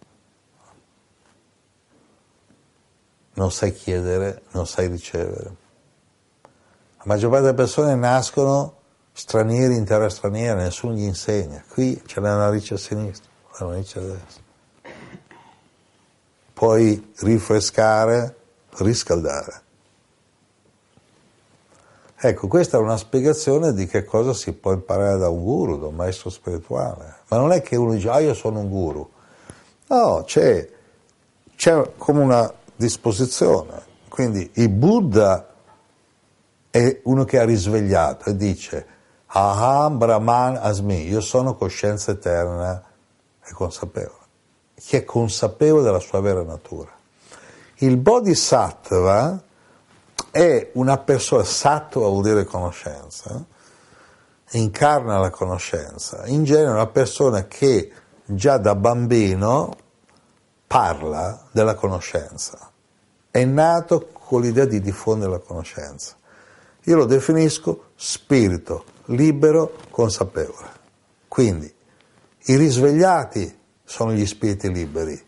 non sai chiedere, non sai ricevere. La maggior parte delle persone nascono stranieri in terra straniera, nessuno gli insegna. Qui c'è la narice a sinistra, la narice a destra. Puoi rinfrescare, riscaldare. Ecco, questa è una spiegazione di che cosa si può imparare da un guru, da un maestro spirituale. Ma non è che uno dice, ah, io sono un guru. No, c'è, c'è come una disposizione. Quindi il Buddha è uno che ha risvegliato e dice, Aham Brahman Asmi, io sono coscienza eterna e consapevole. Chi è consapevole della sua vera natura. Il Bodhisattva è una persona, sattva vuol dire conoscenza, incarna la conoscenza, in genere è una persona che già da bambino parla della conoscenza, è nato con l'idea di diffondere la conoscenza. Io lo definisco spirito libero, consapevole. Quindi i risvegliati sono gli spiriti liberi.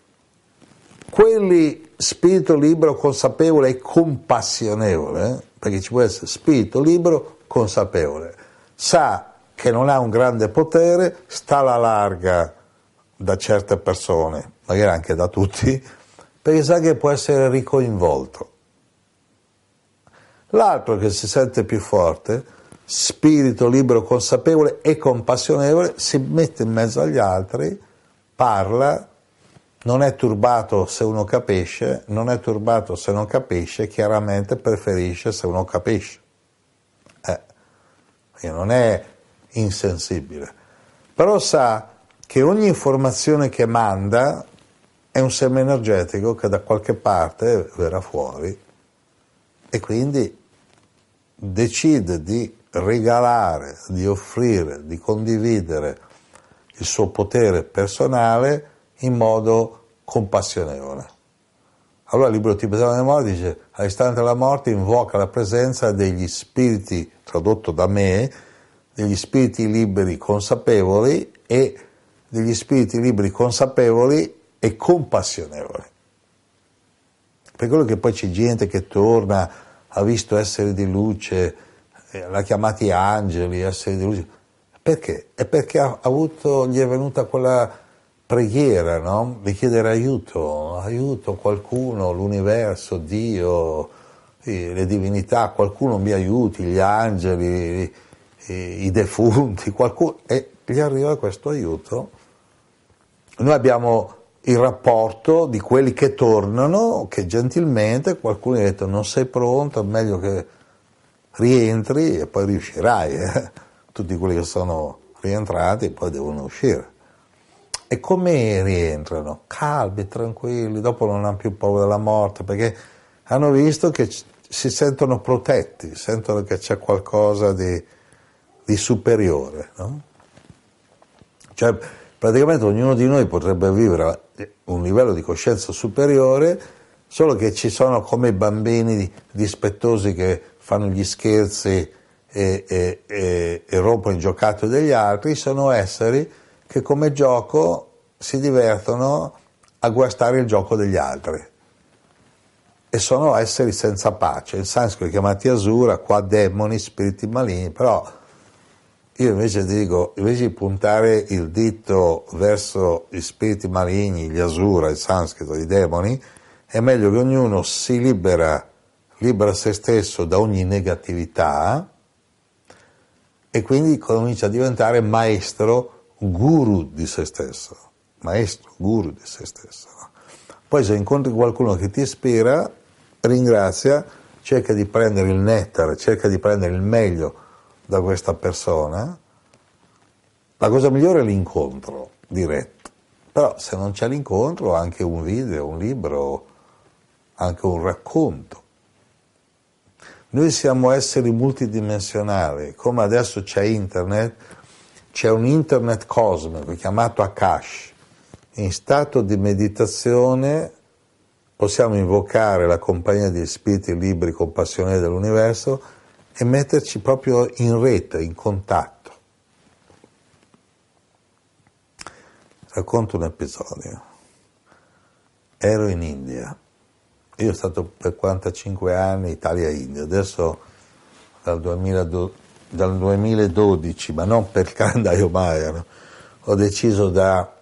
Quelli spirito libero, consapevole e compassionevole, eh? Perché ci può essere spirito libero, consapevole, sa che non ha un grande potere, sta alla larga da certe persone, magari anche da tutti, perché sa che può essere ricoinvolto. L'altro che si sente più forte, spirito libero, consapevole e compassionevole, si mette in mezzo agli altri, parla, non è turbato se uno capisce, non è turbato se non capisce, chiaramente preferisce se uno capisce. Eh, non è insensibile. Però sa che ogni informazione che manda è un seme energetico che da qualche parte verrà fuori e quindi decide di regalare, di offrire, di condividere il suo potere personale in modo compassionevole. Allora il libro tibetano della morte dice, all'istante della morte invoca la presenza degli spiriti, tradotto da me, degli spiriti liberi consapevoli e degli spiriti liberi consapevoli e compassionevoli. Per quello che poi c'è gente che torna, ha visto esseri di luce, eh, l'ha chiamati angeli, esseri di luce. Perché? È perché ha avuto, gli è venuta quella preghiera, no? Di chiedere aiuto, aiuto qualcuno, l'universo, Dio, le divinità, qualcuno mi aiuti, gli angeli, i, i defunti, qualcuno, e gli arriva questo aiuto. Noi abbiamo il rapporto di quelli che tornano, che gentilmente qualcuno ha detto non sei pronto, è meglio che rientri e poi riuscirai. Eh? Tutti quelli che sono rientrati poi devono uscire. E come rientrano? Calmi, tranquilli, dopo non hanno più paura della morte, perché hanno visto che c- si sentono protetti, sentono che c'è qualcosa di, di superiore, no? Cioè, praticamente ognuno di noi potrebbe vivere un livello di coscienza superiore, solo che ci sono come i bambini dispettosi che fanno gli scherzi e, e, e, e rompono i giocattoli degli altri, sono esseri che come gioco si divertono a guastare il gioco degli altri. E sono esseri senza pace, in sanscrito chiamati asura, qua demoni, spiriti maligni, però io invece dico, invece di puntare il dito verso gli spiriti maligni, gli asura, in sanscrito, i demoni, è meglio che ognuno si libera, libera se stesso da ogni negatività e quindi comincia a diventare maestro, guru di se stesso, maestro, guru di se stesso. Poi se incontri qualcuno che ti ispira, ringrazia, cerca di prendere il nettare, cerca di prendere il meglio da questa persona. La cosa migliore è l'incontro diretto, però se non c'è l'incontro anche un video, un libro, anche un racconto. Noi siamo esseri multidimensionali, come adesso c'è internet, c'è un internet cosmico chiamato Akash. In stato di meditazione possiamo invocare la compagnia di spiriti liberi compassionevoli dell'universo e metterci proprio in rete, in contatto. Racconto un episodio. Ero in India. Io sono stato per quarantacinque anni Italia-India, adesso dal, duemiladodici, dal duemiladodici, ma non per il calendario Maya, ho deciso da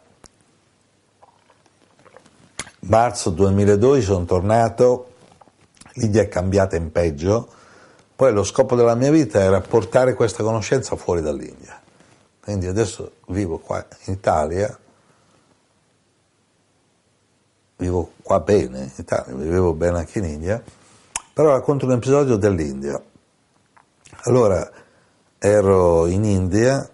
marzo duemiladodici, sono tornato, l'India è cambiata in peggio, poi lo scopo della mia vita era portare questa conoscenza fuori dall'India. Quindi adesso vivo qua in Italia, vivo qua bene in Italia, vivevo bene anche in India, però racconto un episodio dell'India. Allora, ero in India,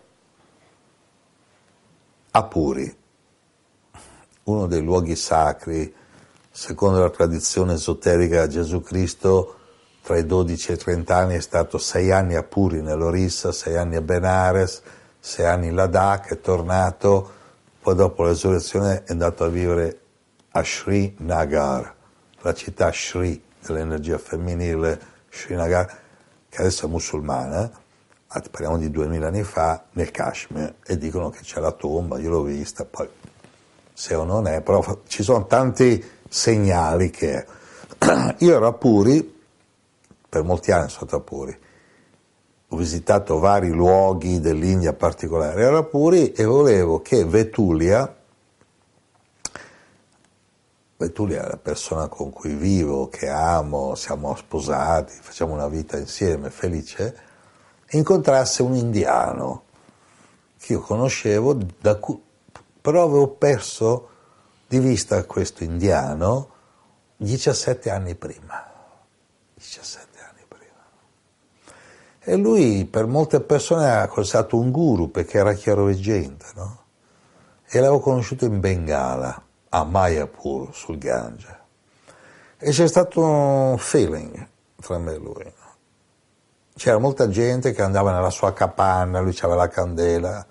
a Puri, uno dei luoghi sacri, secondo la tradizione esoterica. Gesù Cristo tra i dodici e i trenta anni è stato sei anni a Puri nell'Orissa, sei anni a Benares, sei anni in Ladakh, è tornato, poi dopo la resurrezione è andato a vivere a Srinagar, la città Sri dell'energia femminile, Srinagar, che adesso è musulmana, parliamo di duemila anni fa, nel Kashmir, e dicono che c'è la tomba, io l'ho vista, poi se o non è, però ci sono tanti segnali che io ero a Puri, per molti anni sono stato a Puri, ho visitato vari luoghi dell'India particolari, ero a Puri e volevo che Vetulia, Vetulia è la persona con cui vivo, che amo, siamo sposati, facciamo una vita insieme, felice, incontrasse un indiano che io conoscevo, da cui però avevo perso di vista questo indiano diciassette anni prima. diciassette anni prima. E lui per molte persone era considerato un guru perché era chiaroveggente, no? E l'avevo conosciuto in Bengala, a Mayapur, sul Gange. E c'è stato un feeling tra me e lui. C'era molta gente che andava nella sua capanna, lui aveva la candela,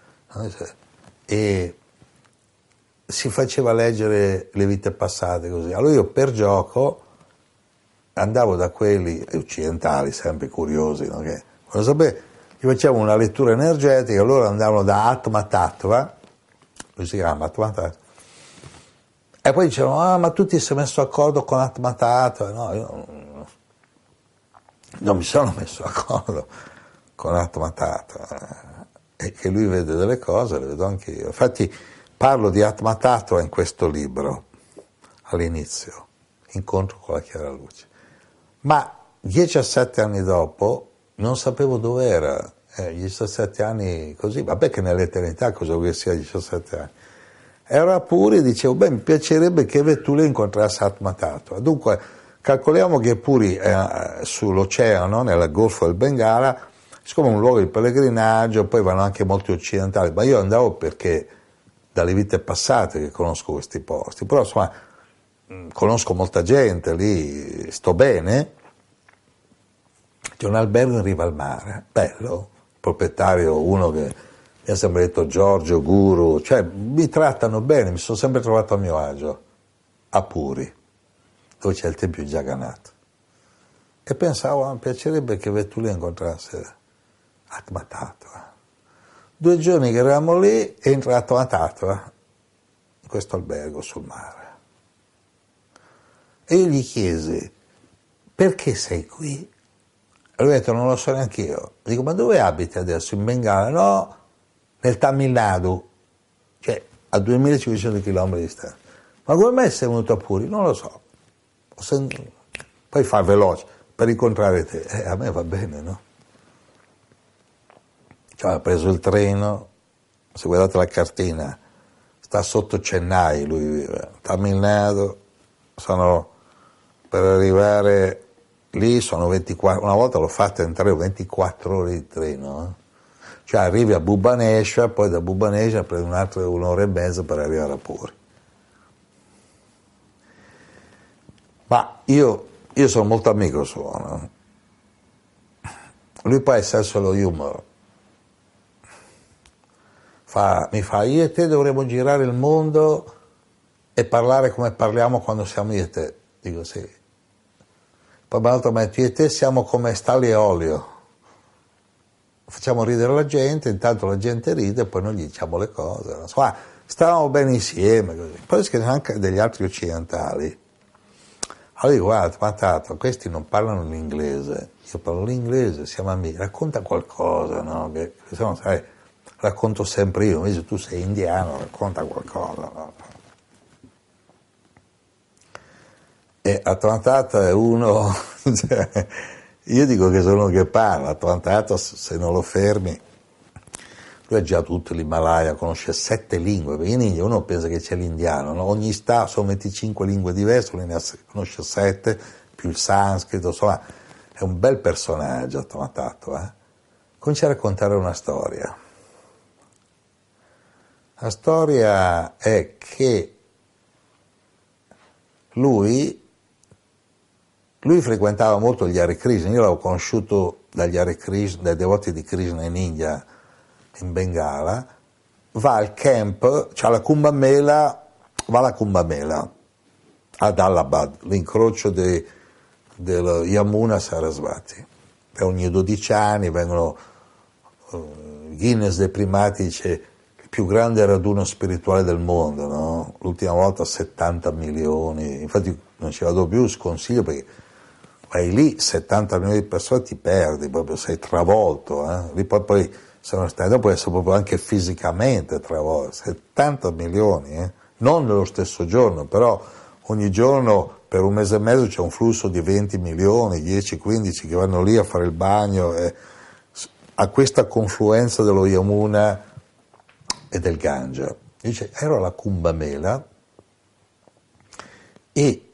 e si faceva leggere le vite passate così. Allora io per gioco andavo da quelli occidentali, sempre curiosi, no? Che voglio sapere, gli facevo una lettura energetica, loro andavano da Atma Tattva, lui si chiama Atma Tattva, e poi dicevano, ah ma tu ti sei messo d'accordo con Atma Tattva? No, io non, non mi sono messo d'accordo con Atma Tattva, e che lui vede delle cose, le vedo anche io. Infatti parlo di Atma Tattva in questo libro, all'inizio, Incontro con la chiara luce. Ma diciassette anni dopo non sapevo dove era, eh, diciassette anni così, vabbè che nell'eternità cosa vuoi che sia diciassette anni. Ero a Puri e dicevo, beh, mi piacerebbe che Vetulia incontrasse Atma Tattva. Dunque, calcoliamo che Puri è sull'oceano, nel Golfo del Bengala, siccome è un luogo di pellegrinaggio, poi vanno anche molti occidentali, ma io andavo perché dalle vite passate che conosco questi posti, però insomma conosco molta gente lì, sto bene. C'è un albergo in riva al mare, bello, proprietario, uno che mi ha sempre detto Giorgio, guru, cioè mi trattano bene, mi sono sempre trovato a mio agio, a Puri, dove c'è il tempio di Jagannath. E pensavo, mi piacerebbe che Vetulia incontrasse Atma Tattva. Due giorni che eravamo lì è entrato Atma Tattva, questo albergo sul mare. E io gli chiesi, perché sei qui? E lui ha detto, non lo so neanche io. Dico, ma dove abiti adesso? In Bengala? No, nel Tamil Nadu, cioè a duemilacinquecento chilometri di distanza. Ma come mai sei venuto a Puri? Non lo so. Poi fa veloce, per incontrare te. Eh, a me va bene, no? Cioè, ha preso il treno, se guardate la cartina, sta sotto Chennai, lui vive, Tamil Nadu, sono, per arrivare lì sono ventiquattro, una volta l'ho fatta in treno, ventiquattro ore di treno, eh? Cioè arrivi a Bhubaneswar, poi da Bhubaneswar prendi un'altra un'ora e mezza per arrivare a Puri. Ma io, io sono molto amico suo, no? Lui poi ha il senso dello humor. Fa, mi fa, io e te dovremmo girare il mondo e parlare come parliamo quando siamo io e te. Dico sì. Poi mi ha detto, io e te siamo come Stanley e Olio. Facciamo ridere la gente, intanto la gente ride e poi noi gli diciamo le cose. Insomma, stavamo bene insieme. Così. Poi c'è anche degli altri occidentali. Allora dico, guarda, ma tanto, questi non parlano l'inglese. Io parlo l'inglese, siamo amici. Racconta qualcosa, no? Che, se no, sai, racconto sempre io, invece tu sei indiano, racconta qualcosa, no? E Atlantato è uno, cioè, io dico che sono uno che parla, Atlantato se non lo fermi, lui ha già tutto l'Himalaya, conosce sette lingue, perché in India uno pensa che c'è l'indiano, no? Ogni stato sono venticinque lingue diverse, lui ne conosce sette, più il sanscrito, insomma, è un bel personaggio Atlantato, eh? Comincia a raccontare una storia. La storia è che lui, lui frequentava molto gli Hare Krishna, io l'avevo conosciuto dagli Hare Krishna, dai devoti di Krishna in India, in Bengala, va al camp, c'ha la Kumbh Mela, va alla Kumbh Mela, ad Allahabad, l'incrocio de, del Yamuna Sarasvati. E ogni dodici anni vengono, uh, Guinness dei primati dice, più grande raduno spirituale del mondo, no? L'ultima volta settanta milioni, infatti non ci vado più, sconsiglio perché vai lì, settanta milioni di persone ti perdi, proprio sei travolto, eh? Lì poi, poi sono stato, può essere proprio anche fisicamente travolto, settanta milioni, eh? Non nello stesso giorno, però ogni giorno per un mese e mezzo c'è un flusso di venti milioni, dieci quindici che vanno lì a fare il bagno, eh? A questa confluenza dello Yamuna e del Gange. Dice, ero alla Kumbh Mela e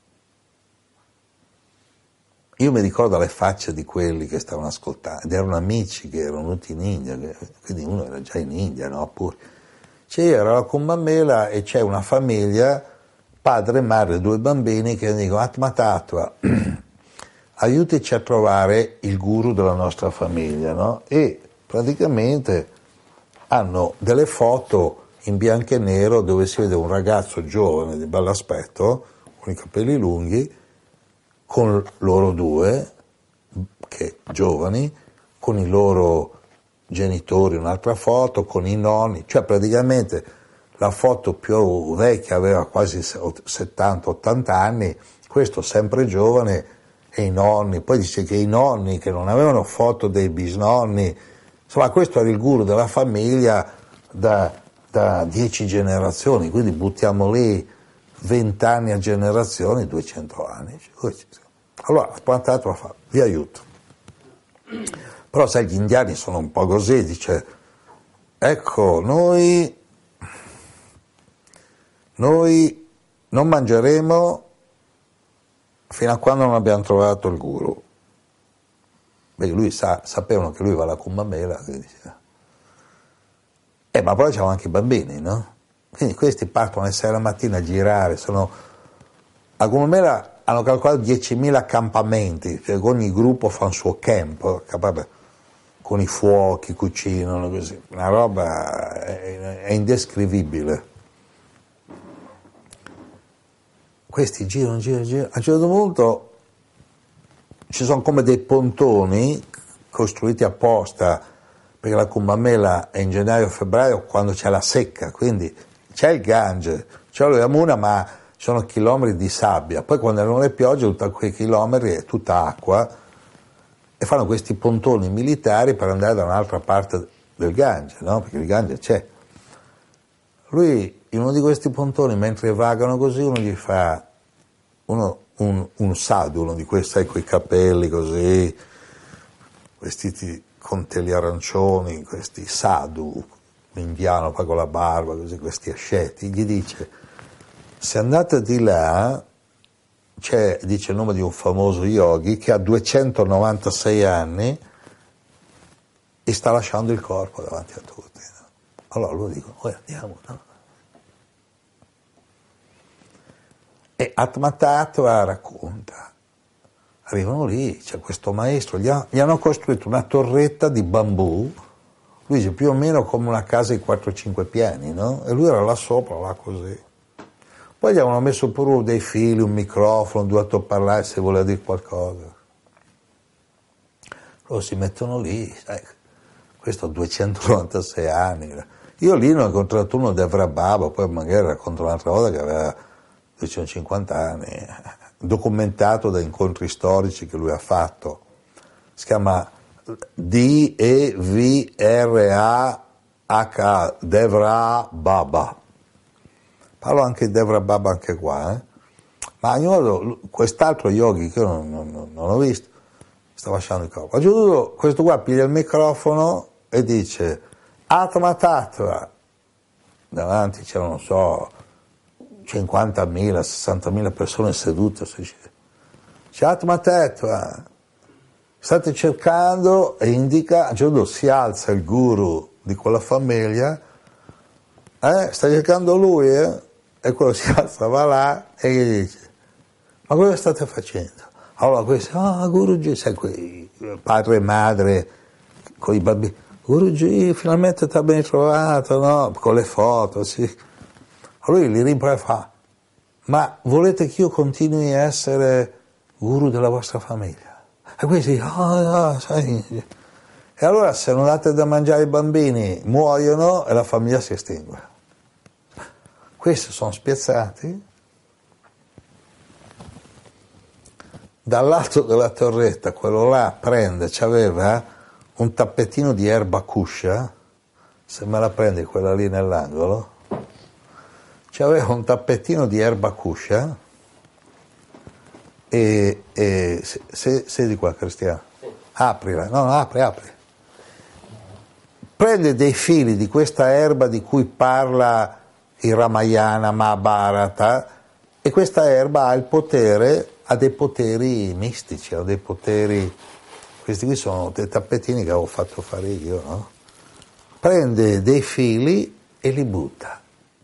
io mi ricordo le facce di quelli che stavano ascoltando, ed erano amici che erano venuti in India, quindi uno era già in India, no? Pure. Cioè, io ero alla Kumbh Mela e c'è una famiglia, padre e madre, due bambini che dicono, Atma Tattva, aiutici a trovare il guru della nostra famiglia, no? E praticamente hanno delle foto in bianco e nero dove si vede un ragazzo giovane di bell'aspetto, con i capelli lunghi, con loro due, che giovani, con i loro genitori, un'altra foto, con i nonni, cioè praticamente la foto più vecchia aveva quasi settanta ottanta anni, questo sempre giovane, e i nonni, poi dice che i nonni che non avevano foto dei bisnonni, insomma questo era il guru della famiglia da, da dieci generazioni, quindi buttiamo lì vent'anni a generazioni, duecento anni. Allora, Plantato va a fare, vi aiuto. Però sai, gli indiani sono un po' così, dice, ecco, noi, noi non mangeremo fino a quando non abbiamo trovato il guru. Beh, lui sa, sapevano che lui va alla Kumbh Mela, quindi, eh, ma poi c'erano anche i bambini, no? Quindi questi partono alle sei la mattina a girare, sono, a Kumbh Mela hanno calcolato diecimila accampamenti, cioè ogni gruppo fa un suo camp, capite? Con i fuochi, cucinano, così, una roba è, è indescrivibile. Questi girano, girano, girano, a un certo punto ci sono come dei pontoni costruiti apposta, perché la Kumbh Mela è in gennaio-febbraio quando c'è la secca, quindi c'è il Gange, c'è lo Yamuna, ma sono chilometri di sabbia, poi quando arrivano le piogge tutti quei chilometri è tutta acqua e fanno questi pontoni militari per andare da un'altra parte del Gange, no? Perché il Gange c'è. Lui in uno di questi pontoni, mentre vagano così, uno gli fa uno, un, un sadhu, uno di questi, sai, coi capelli così, vestiti con teli arancioni, questi sadhu, indiano, poi con la barba, così, questi asceti, gli dice: se andate di là, c'è, dice il nome di un famoso yogi che ha duecentonovantasei anni e sta lasciando il corpo davanti a tutti. No? Allora loro dicono: oh, andiamo, no? E Atma Tattva racconta, arrivano lì, c'è questo maestro, gli, ha, gli hanno costruito una torretta di bambù, lui dice più o meno come una casa di quattro cinque piani, no? E lui era là sopra, là così. Poi gli avevano messo pure dei fili, un microfono, due altoparlati se voleva dire qualcosa. Loro si mettono lì, sai, questo ha duecentonovantasei anni. Io lì ne ho incontrato uno di Avrababa, poi magari racconto un'altra volta che aveva duecentocinquanta anni, documentato da incontri storici che lui ha fatto. Si chiama D E V R A H A, Devra Baba. Parlo anche di Devra Baba anche qua, eh? Ma io, quest'altro yogi che io non, non, non ho visto, sta lasciando il corpo. A un certo punto questo qua piglia il microfono e dice: Atma Tattva. Davanti c'erano, non so, cinquantamila, sessantamila persone sedute. C'è Atma Tattva. State cercando, e indica, a un certo punto si alza il guru di quella famiglia, eh, sta cercando lui, eh? E quello si alza, va là e gli dice: ma cosa state facendo? Allora questo, ah, Guruji, sai, quei padre e madre con i bambini, Guruji, finalmente ti ha ben trovato, no? Con le foto, sì. Allora lui li rimprovera e fa: ma volete che io continui a essere guru della vostra famiglia? E questi, ah, ah, sai. E allora se non date da mangiare ai bambini muoiono e la famiglia si estingue. Questi sono spiazzati. Dall'alto della torretta, quello là prende, c'aveva un tappetino di erba cuscia, se me la prendi quella lì nell'angolo, c'aveva un tappetino di erba cuscia e, e se, se, sei di qua, Cristiano, aprila, no, no, apri, apri. Prende dei fili di questa erba di cui parla il Ramayana, Mahabharata, e questa erba ha il potere, ha dei poteri mistici, ha dei poteri, questi qui sono dei tappetini che avevo fatto fare io, no? Prende dei fili e li butta.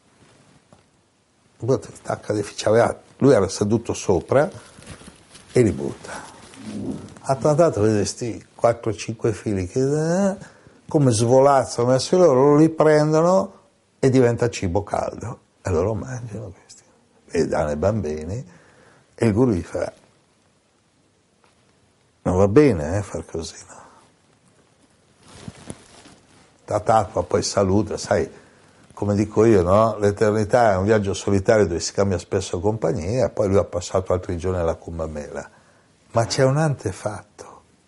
butta tacca dei fili. Lui era seduto sopra e li butta. Ha tantato, vede questi quattro cinque fili che eh, come svolazzano verso loro, loro li prendono e diventa cibo caldo e loro mangiano questi e danno ai bambini e il guru gli fa: non va bene eh, far così, no? Tattva poi saluta, sai, come dico io, no? L'eternità è un viaggio solitario dove si cambia spesso compagnia, e poi lui ha passato altri giorni alla Kumbh Mela, ma c'è un antefatto.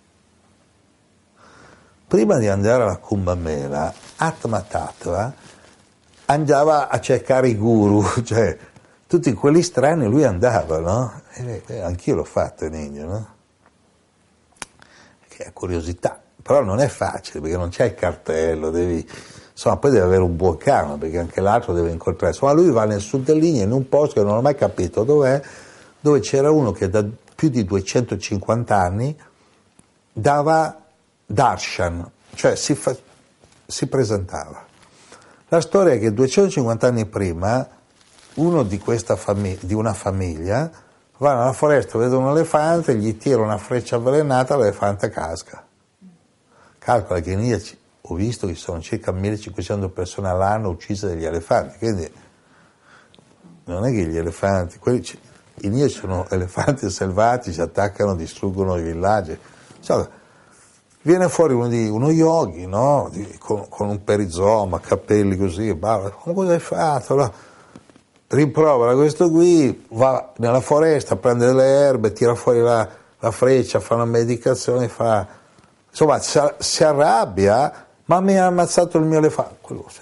Prima di andare alla Kumbh Mela, Atma Tattva andava a cercare i guru, cioè tutti quelli strani lui andava, no? E, e anch'io l'ho fatto in India, no? Che è curiosità, però non è facile perché non c'è il cartello, devi, insomma, poi devi avere un buon karma perché anche l'altro deve incontrare. Insomma, lui va nel sud dell'India in un posto che non ho mai capito dov'è, dove c'era uno che da più di duecentocinquanta anni dava darshan, cioè si, fa, si presentava. La storia è che duecentocinquanta anni prima uno di, questa famig- di una famiglia va nella foresta, vede un elefante, gli tira una freccia avvelenata, l'elefante casca. Calcola che in India ho visto che ci sono circa millecinquecento persone all'anno uccise dagli elefanti, quindi non è che gli elefanti, quelli, in India ci sono elefanti selvatici, attaccano, distruggono i villaggi. Insomma, viene fuori uno, di, uno yogi, no? Di, con, con un perizoma, capelli così, ma cosa hai fatto? No? Rimprovera questo qui, va nella foresta, prende delle erbe, tira fuori la, la freccia, fa una medicazione, fa... insomma si, si arrabbia, ma mi ha ammazzato il mio elefante.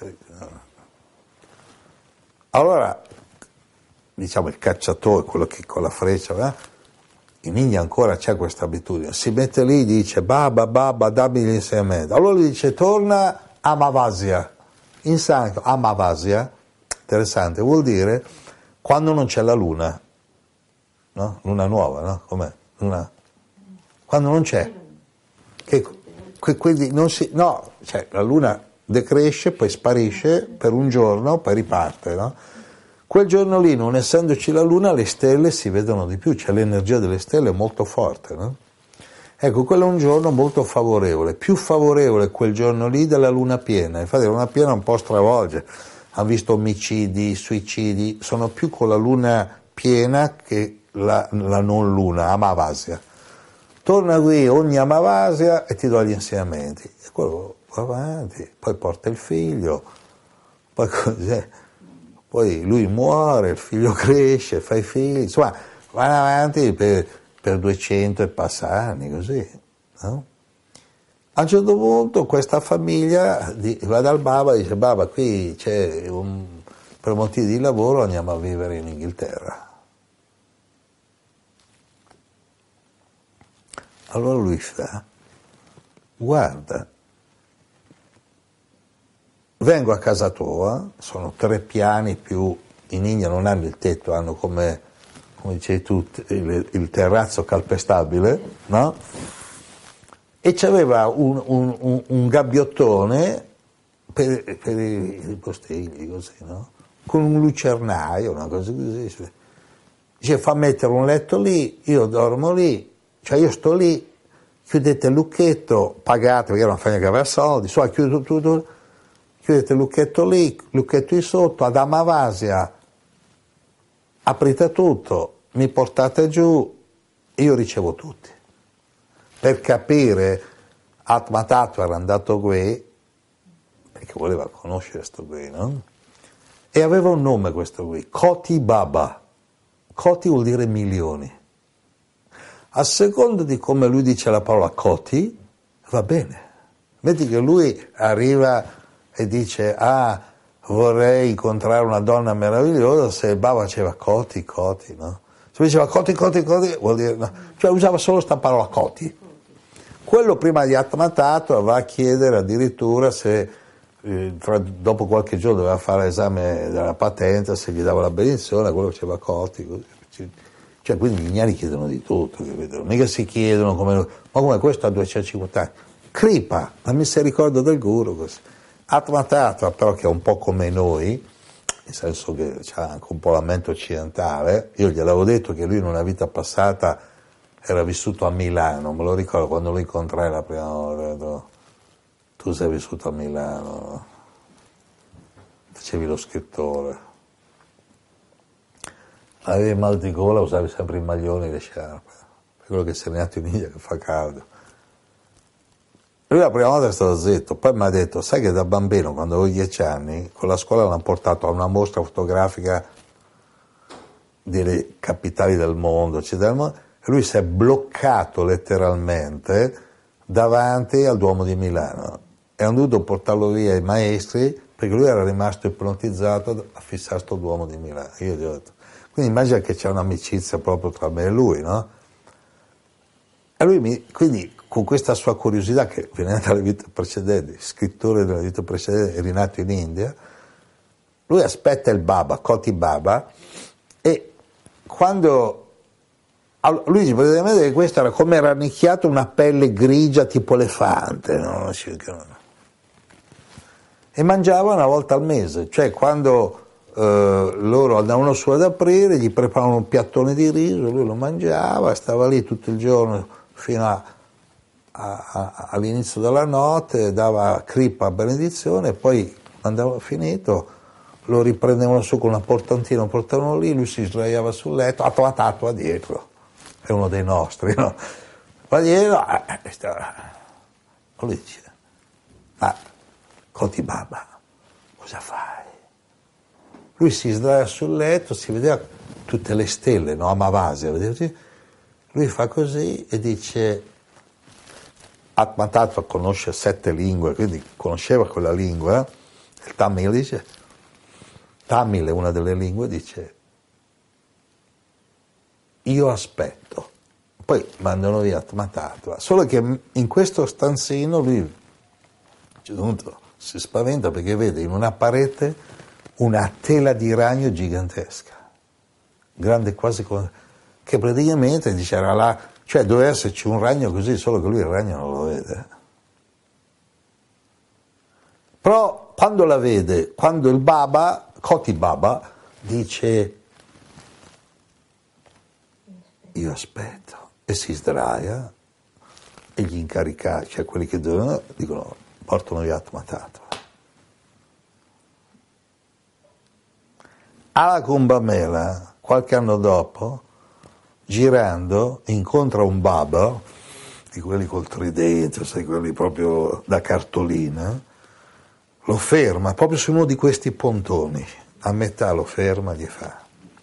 Allora, diciamo il cacciatore, quello che con la freccia, eh? In India ancora c'è questa abitudine, si mette lì e dice Baba, Baba, dammi gli insegnamenti. Allora lui dice torna a Amavasya, in santo Amavasya, interessante, vuol dire quando non c'è la luna, no? Luna nuova, no? Com'è? Luna... Quando non c'è, che, que, quindi non si, no, cioè la luna decresce, poi sparisce per un giorno, poi riparte, no? Quel giorno lì, non essendoci la luna, le stelle si vedono di più, cioè l'energia delle stelle è molto forte, no? Ecco, quello è un giorno molto favorevole, più favorevole quel giorno lì della luna piena. Infatti la luna piena un po' stravolge, hanno visto omicidi, suicidi, sono più con la luna piena che la, la non luna, Amavasya. Torna qui ogni Amavasya e ti do gli insegnamenti. E quello va avanti, poi porta il figlio, poi così. Poi lui muore, il figlio cresce, fa i figli, insomma, vanno avanti per, per duecento e passa anni, così, no? A un certo punto questa famiglia di, va dal Baba e dice, Baba, qui c'è un, per motivi di lavoro andiamo a vivere in Inghilterra. Allora lui fa, guarda, vengo a casa tua, sono tre piani più, in India non hanno il tetto, hanno come, come dicevi tu, il, il terrazzo calpestabile, no? E c'aveva un, un, un, un gabbiottone per, per i, i postigli, così, no? Con un lucernaio, una cosa così. Dice, fa mettere un letto lì, io dormo lì, cioè io sto lì, chiudete il lucchetto, pagate, perché era una famiglia che aveva soldi, so, chiudo tutto, chiudete il lucchetto lì, lucchetto di sotto, ad Amavasya, aprite tutto, mi portate giù, io ricevo tutti. Per capire, Atma Tattva era andato qui, perché voleva conoscere questo qui, no? E aveva un nome questo qui, Koti Baba. Koti vuol dire milioni. A seconda di come lui dice la parola Koti, va bene. Vedi che lui arriva e dice, ah, vorrei incontrare una donna meravigliosa, se il Baba diceva Koti, Koti, no? Se diceva Koti, Koti, Koti, vuol dire, no. Cioè usava solo questa parola Koti. Quello prima di Atma Tattva va a chiedere addirittura se, eh, tra, dopo qualche giorno doveva fare l'esame della patente, se gli dava la benedizione, quello diceva Koti, così. Cioè, quindi gli ignari chiedono di tutto, capito? Mica si chiedono come, ma come questo ha duecentocinquanta anni. Kripa, la misericordia del Guru, così. Atma Tattva, però, che è un po' come noi, nel senso che c'ha anche un po' la mente occidentale, io gliel'avevo detto che lui in una vita passata era vissuto a Milano, me lo ricordo quando lo incontrai la prima volta, tu sei vissuto a Milano, no? Facevi lo scrittore. Avevi mal di gola, usavi sempre i maglioni e le sciarpe, per quello che sei nato in India che fa caldo. Lui la prima volta è stato zitto, poi mi ha detto, sai che da bambino, quando avevo dieci anni, con la scuola l'hanno portato a una mostra fotografica delle capitali del mondo, eccetera, e lui si è bloccato letteralmente davanti al Duomo di Milano e hanno dovuto portarlo via i maestri perché lui era rimasto ipnotizzato a fissare sto Duomo di Milano. Io gli ho detto, quindi immagina che c'è un'amicizia proprio tra me e lui, no? E lui mi, quindi con questa sua curiosità che viene dalle vite precedenti, scrittore della vita precedente, è rinato in India, lui aspetta il Baba, Koti Baba, e quando lui dice, potete vedere che questo era come rannicchiato una pelle grigia tipo elefante, no? E mangiava una volta al mese, cioè quando Uh, loro andavano su ad aprire, gli preparavano un piattone di riso, lui lo mangiava, stava lì tutto il giorno fino a, a, a, all'inizio della notte, dava Kripa benedizione, poi quando andava finito lo riprendevano su con una portantina, lo portavano lì, lui si sdraiava sul letto, Atma Tattva dietro, è uno dei nostri, no? Va dietro, Lui dice, ma Koti Baba, cosa fai? Lui si sdraia sul letto, si vedeva tutte le stelle, no? Amavasya, vedete? Lui fa così e dice, Atma Tattva conosce sette lingue, quindi conosceva quella lingua, il Tamil dice, Tamil è una delle lingue, dice, io aspetto, poi mandano via Atma Tattva, solo che in questo stanzino lui a un certo punto si spaventa perché vede in una parete una tela di ragno gigantesca, grande quasi come, che praticamente dice era là, cioè doveva esserci un ragno così, solo che lui il ragno non lo vede. Però quando la vede, quando il Baba, Koti Baba, dice io aspetto, e si sdraia e gli incaricati, cioè quelli che dovevano, dicono portano via Atma Tattva. Alla Kumbh Mela, qualche anno dopo, girando, incontra un Baba, di quelli col tridente, sai, quelli proprio da cartolina, lo ferma proprio su uno di questi pontoni, a metà lo ferma e gli fa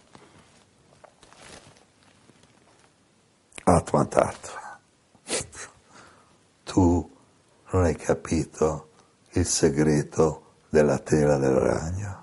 Atma Tattva, tu non hai capito il segreto della tela del ragno.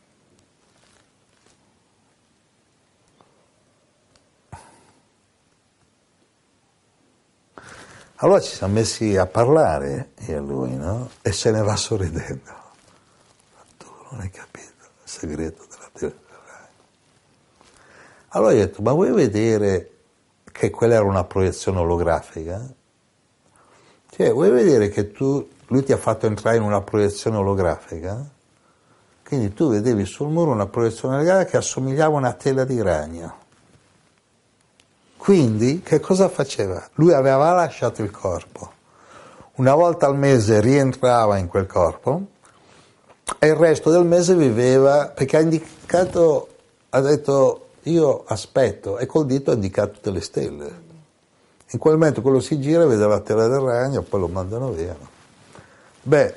Allora ci siamo messi a parlare io e lui, no? E se ne va sorridendo. Tu non hai capito il segreto della tela del ragno. Allora io ho detto, ma vuoi vedere che quella era una proiezione olografica? Cioè, vuoi vedere che tu, lui ti ha fatto entrare in una proiezione olografica? Quindi tu vedevi sul muro una proiezione olografica che assomigliava a una tela di ragno. Quindi, che cosa faceva? Lui aveva lasciato il corpo. Una volta al mese rientrava in quel corpo e il resto del mese viveva, perché ha indicato, ha detto, io aspetto, e col dito ha indicato tutte le stelle. In quel momento quello si gira, vede la tela del ragno, poi lo mandano via. Beh,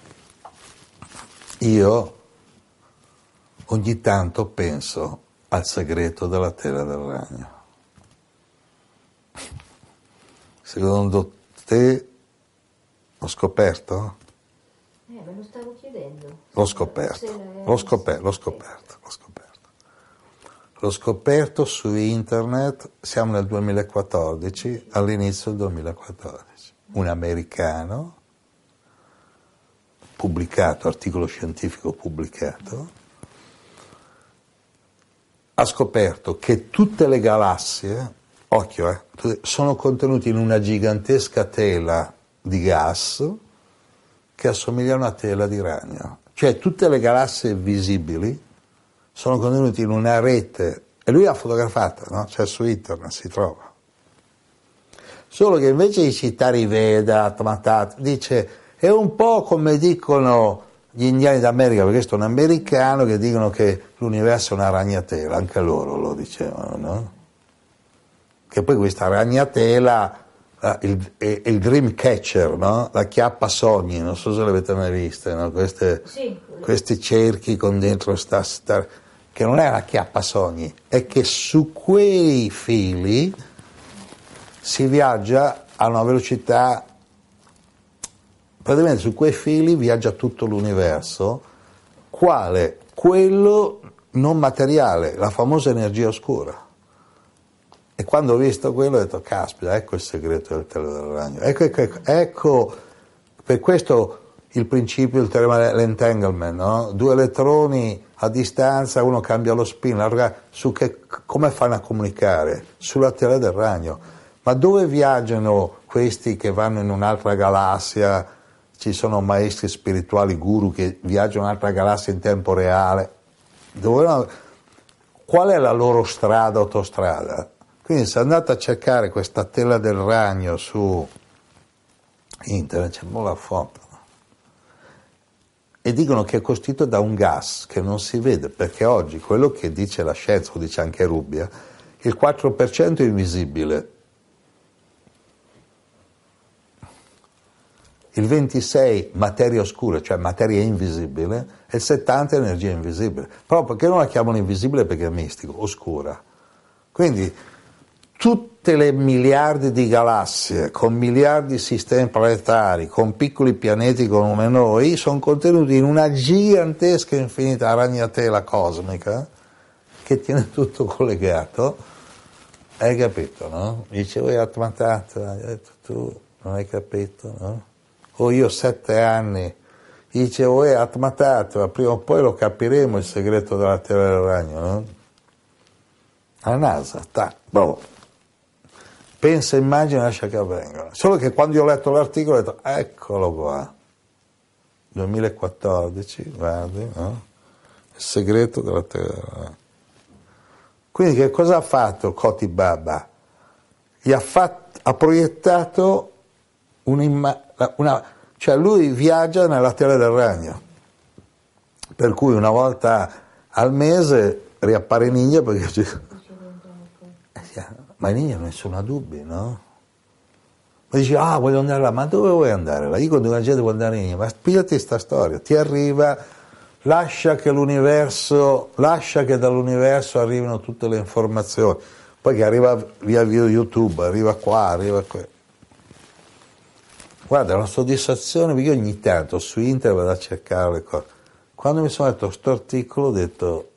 io ogni tanto penso al segreto della tela del ragno. Secondo te l'ho scoperto? Eh, me lo stavo chiedendo. L'ho scoperto, l'ho scoperto, l'ho scoperto, l'ho scoperto. L'ho scoperto su internet, siamo nel duemilaquattordici, all'inizio del duemilaquattordici. Un americano, pubblicato, articolo scientifico pubblicato, ha scoperto che tutte le galassie, occhio, eh, sono contenuti in una gigantesca tela di gas che assomiglia a una tela di ragno. Cioè tutte le galassie visibili sono contenuti in una rete, e lui l'ha fotografata, no? Cioè su internet si trova. Solo che invece di citare i Veda, Atma Tattva, dice, è un po' come dicono gli indiani d'America, perché questo è un americano, che dicono che l'universo è una ragnatela, anche loro lo dicevano, no? Che poi questa ragnatela, eh, il, è, è il dream catcher, no? La chiappa sogni, non so se l'avete mai vista, no? Queste, sì. Questi cerchi con dentro sta, sta, che non è la chiappa sogni, è che su quei fili si viaggia a una velocità, praticamente su quei fili viaggia tutto l'universo, quale? Quello non materiale, la famosa energia oscura. E quando ho visto quello ho detto, caspita, ecco il segreto del tela del ragno. Ecco, ecco, ecco, ecco, per questo il principio, il teorema dell'entanglement, no? Due elettroni a distanza, uno cambia lo spin, l'altro, su che, come fanno a comunicare? Sulla tela del ragno. Ma dove viaggiano questi che vanno in un'altra galassia? Ci sono maestri spirituali, guru, che viaggiano in un'altra galassia in tempo reale. Dove, qual è la loro strada, autostrada? Quindi se andate a cercare questa tela del ragno su internet, c'è una foto, e dicono che è costituito da un gas che non si vede, perché oggi quello che dice la scienza, lo dice anche Rubbia, il quattro per cento è invisibile. il ventisei materia oscura, cioè materia invisibile, e il settanta energia invisibile. Però perché non la chiamano invisibile? Perché è mistico, oscura. Quindi tutte le miliardi di galassie, con miliardi di sistemi planetari, con piccoli pianeti come noi, sono contenuti in una gigantesca infinita ragnatela cosmica che tiene tutto collegato. Hai capito, no? Dice, voi Atmantat, hai detto tu, non hai capito, no? O io sette anni, dice, voi Atmantat, prima o poi lo capiremo il segreto della Terra del Ragno, no? La NASA, tac, boh. Pensa, immagina, lascia che avvenga. Solo che quando io ho letto l'articolo ho detto, eccolo qua, duemilaquattordici, guardi, no? Il segreto della Terra. Quindi che cosa ha fatto Koti Baba? Gli ha, fatto, ha proiettato una, una, cioè lui viaggia nella Terra del Ragno, per cui una volta al mese riappare in India perché... Ma in India nessuno ha dubbi, no? Ma dici, ah, voglio andare là, ma dove vuoi andare là? Io quando la gente vuole andare in India, ma spiegati questa storia, ti arriva, lascia che l'universo, lascia che dall'universo arrivino tutte le informazioni, poi che arriva via via YouTube, arriva qua, arriva qui. Guarda, è una soddisfazione, perché io ogni tanto su internet vado a cercare le cose. Quando mi sono letto questo articolo ho detto,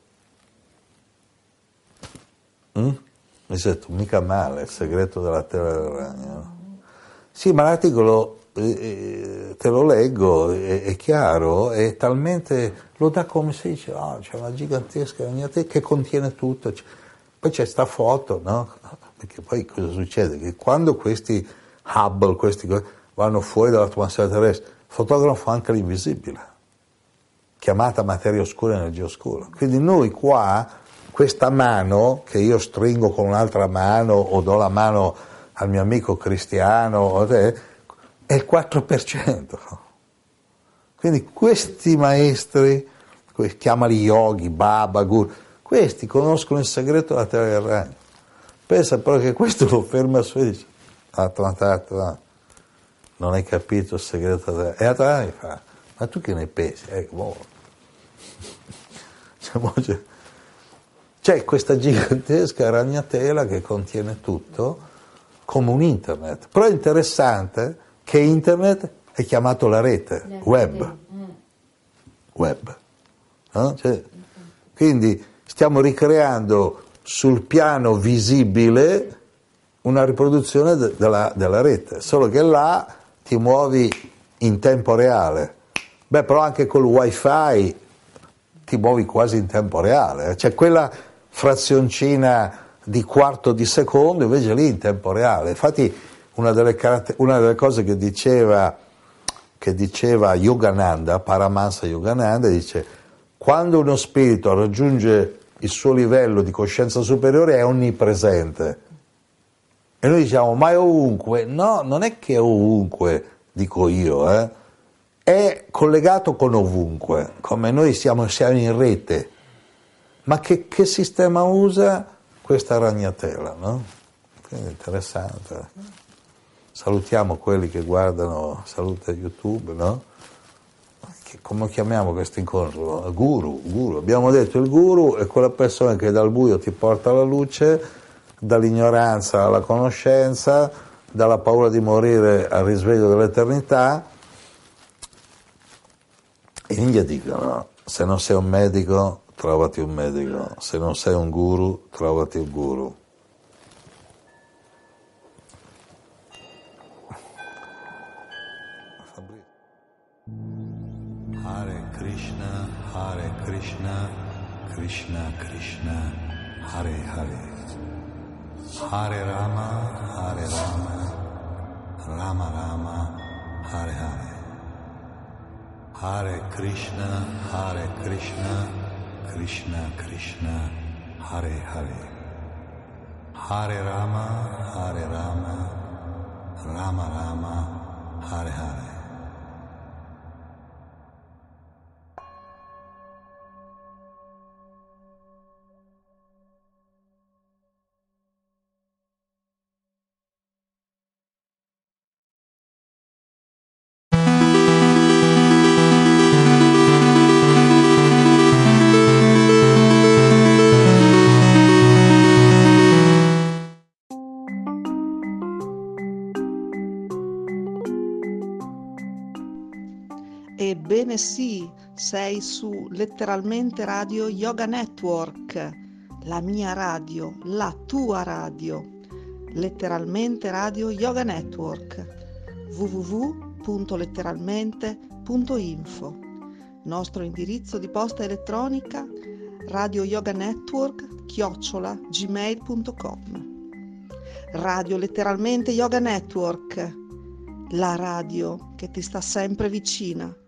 mm? mi sono detto, mica male, il segreto della Terra del Ragno. Sì, ma l'articolo, eh, te lo leggo, è, è chiaro, è talmente, lo dà come si dice, oh, c'è una gigantesca ragnatela che contiene tutto. Poi c'è sta foto, no? Perché poi cosa succede? Che quando questi Hubble, questi vanno fuori dall'atmosfera terrestre, fotografano anche l'invisibile, chiamata materia oscura e energia oscura. Quindi noi qua, questa mano che io stringo con un'altra mano o do la mano al mio amico cristiano, è il quattro per cento. Quindi questi maestri, chiamali yogi, baba, guru, questi conoscono il segreto della Terra del Ragno. Pensa però che questo lo ferma su e dice, ah, no, non hai capito il segreto della Terra. E altro anni fa, ma tu che ne pensi? Eh, boh. C'è questa gigantesca ragnatela che contiene tutto, come un internet. Però è interessante che internet è chiamato la rete, la web. Rete. Web. No? Cioè, quindi stiamo ricreando sul piano visibile una riproduzione de- della, della rete, solo che là ti muovi in tempo reale. Beh, però anche col wifi ti muovi quasi in tempo reale. C'è quella frazioncina di quarto di secondo, invece lì in tempo reale. Infatti una delle, caratter- una delle cose che diceva, che diceva Yogananda, Paramahansa Yogananda, dice, quando uno spirito raggiunge il suo livello di coscienza superiore è onnipresente. E noi diciamo, ma è ovunque? No, non è che è ovunque, dico io, eh. È collegato con ovunque, come noi siamo, siamo in rete. Ma che, che sistema usa questa ragnatela, no? Quindi è interessante. Salutiamo quelli che guardano, saluta YouTube, no? Che, come chiamiamo questo incontro? Guru, guru. Abbiamo detto il guru è quella persona che dal buio ti porta alla luce, dall'ignoranza alla conoscenza, dalla paura di morire al risveglio dell'eternità. In India dicono, se non sei un medico, trovati un medico, se non sei un guru, trovati un guru. Hare Krishna, Hare Krishna, Krishna Krishna, Hare Hare. Hare Rama, Hare Rama, Rama Rama, Hare Hare. Hare Krishna, Hare Krishna, Krishna Krishna, Hare Hare. Hare Rama, Hare Rama, Rama Rama, Hare Hare. Ebbene sì, sei su letteralmente Radio Yoga Network, la mia radio, la tua radio, letteralmente Radio Yoga Network, w w w punto letteralmente punto info. Nostro indirizzo di posta elettronica radio yoga network chiocciola gmail punto com. Radio Letteralmente Yoga Network, la radio che ti sta sempre vicina.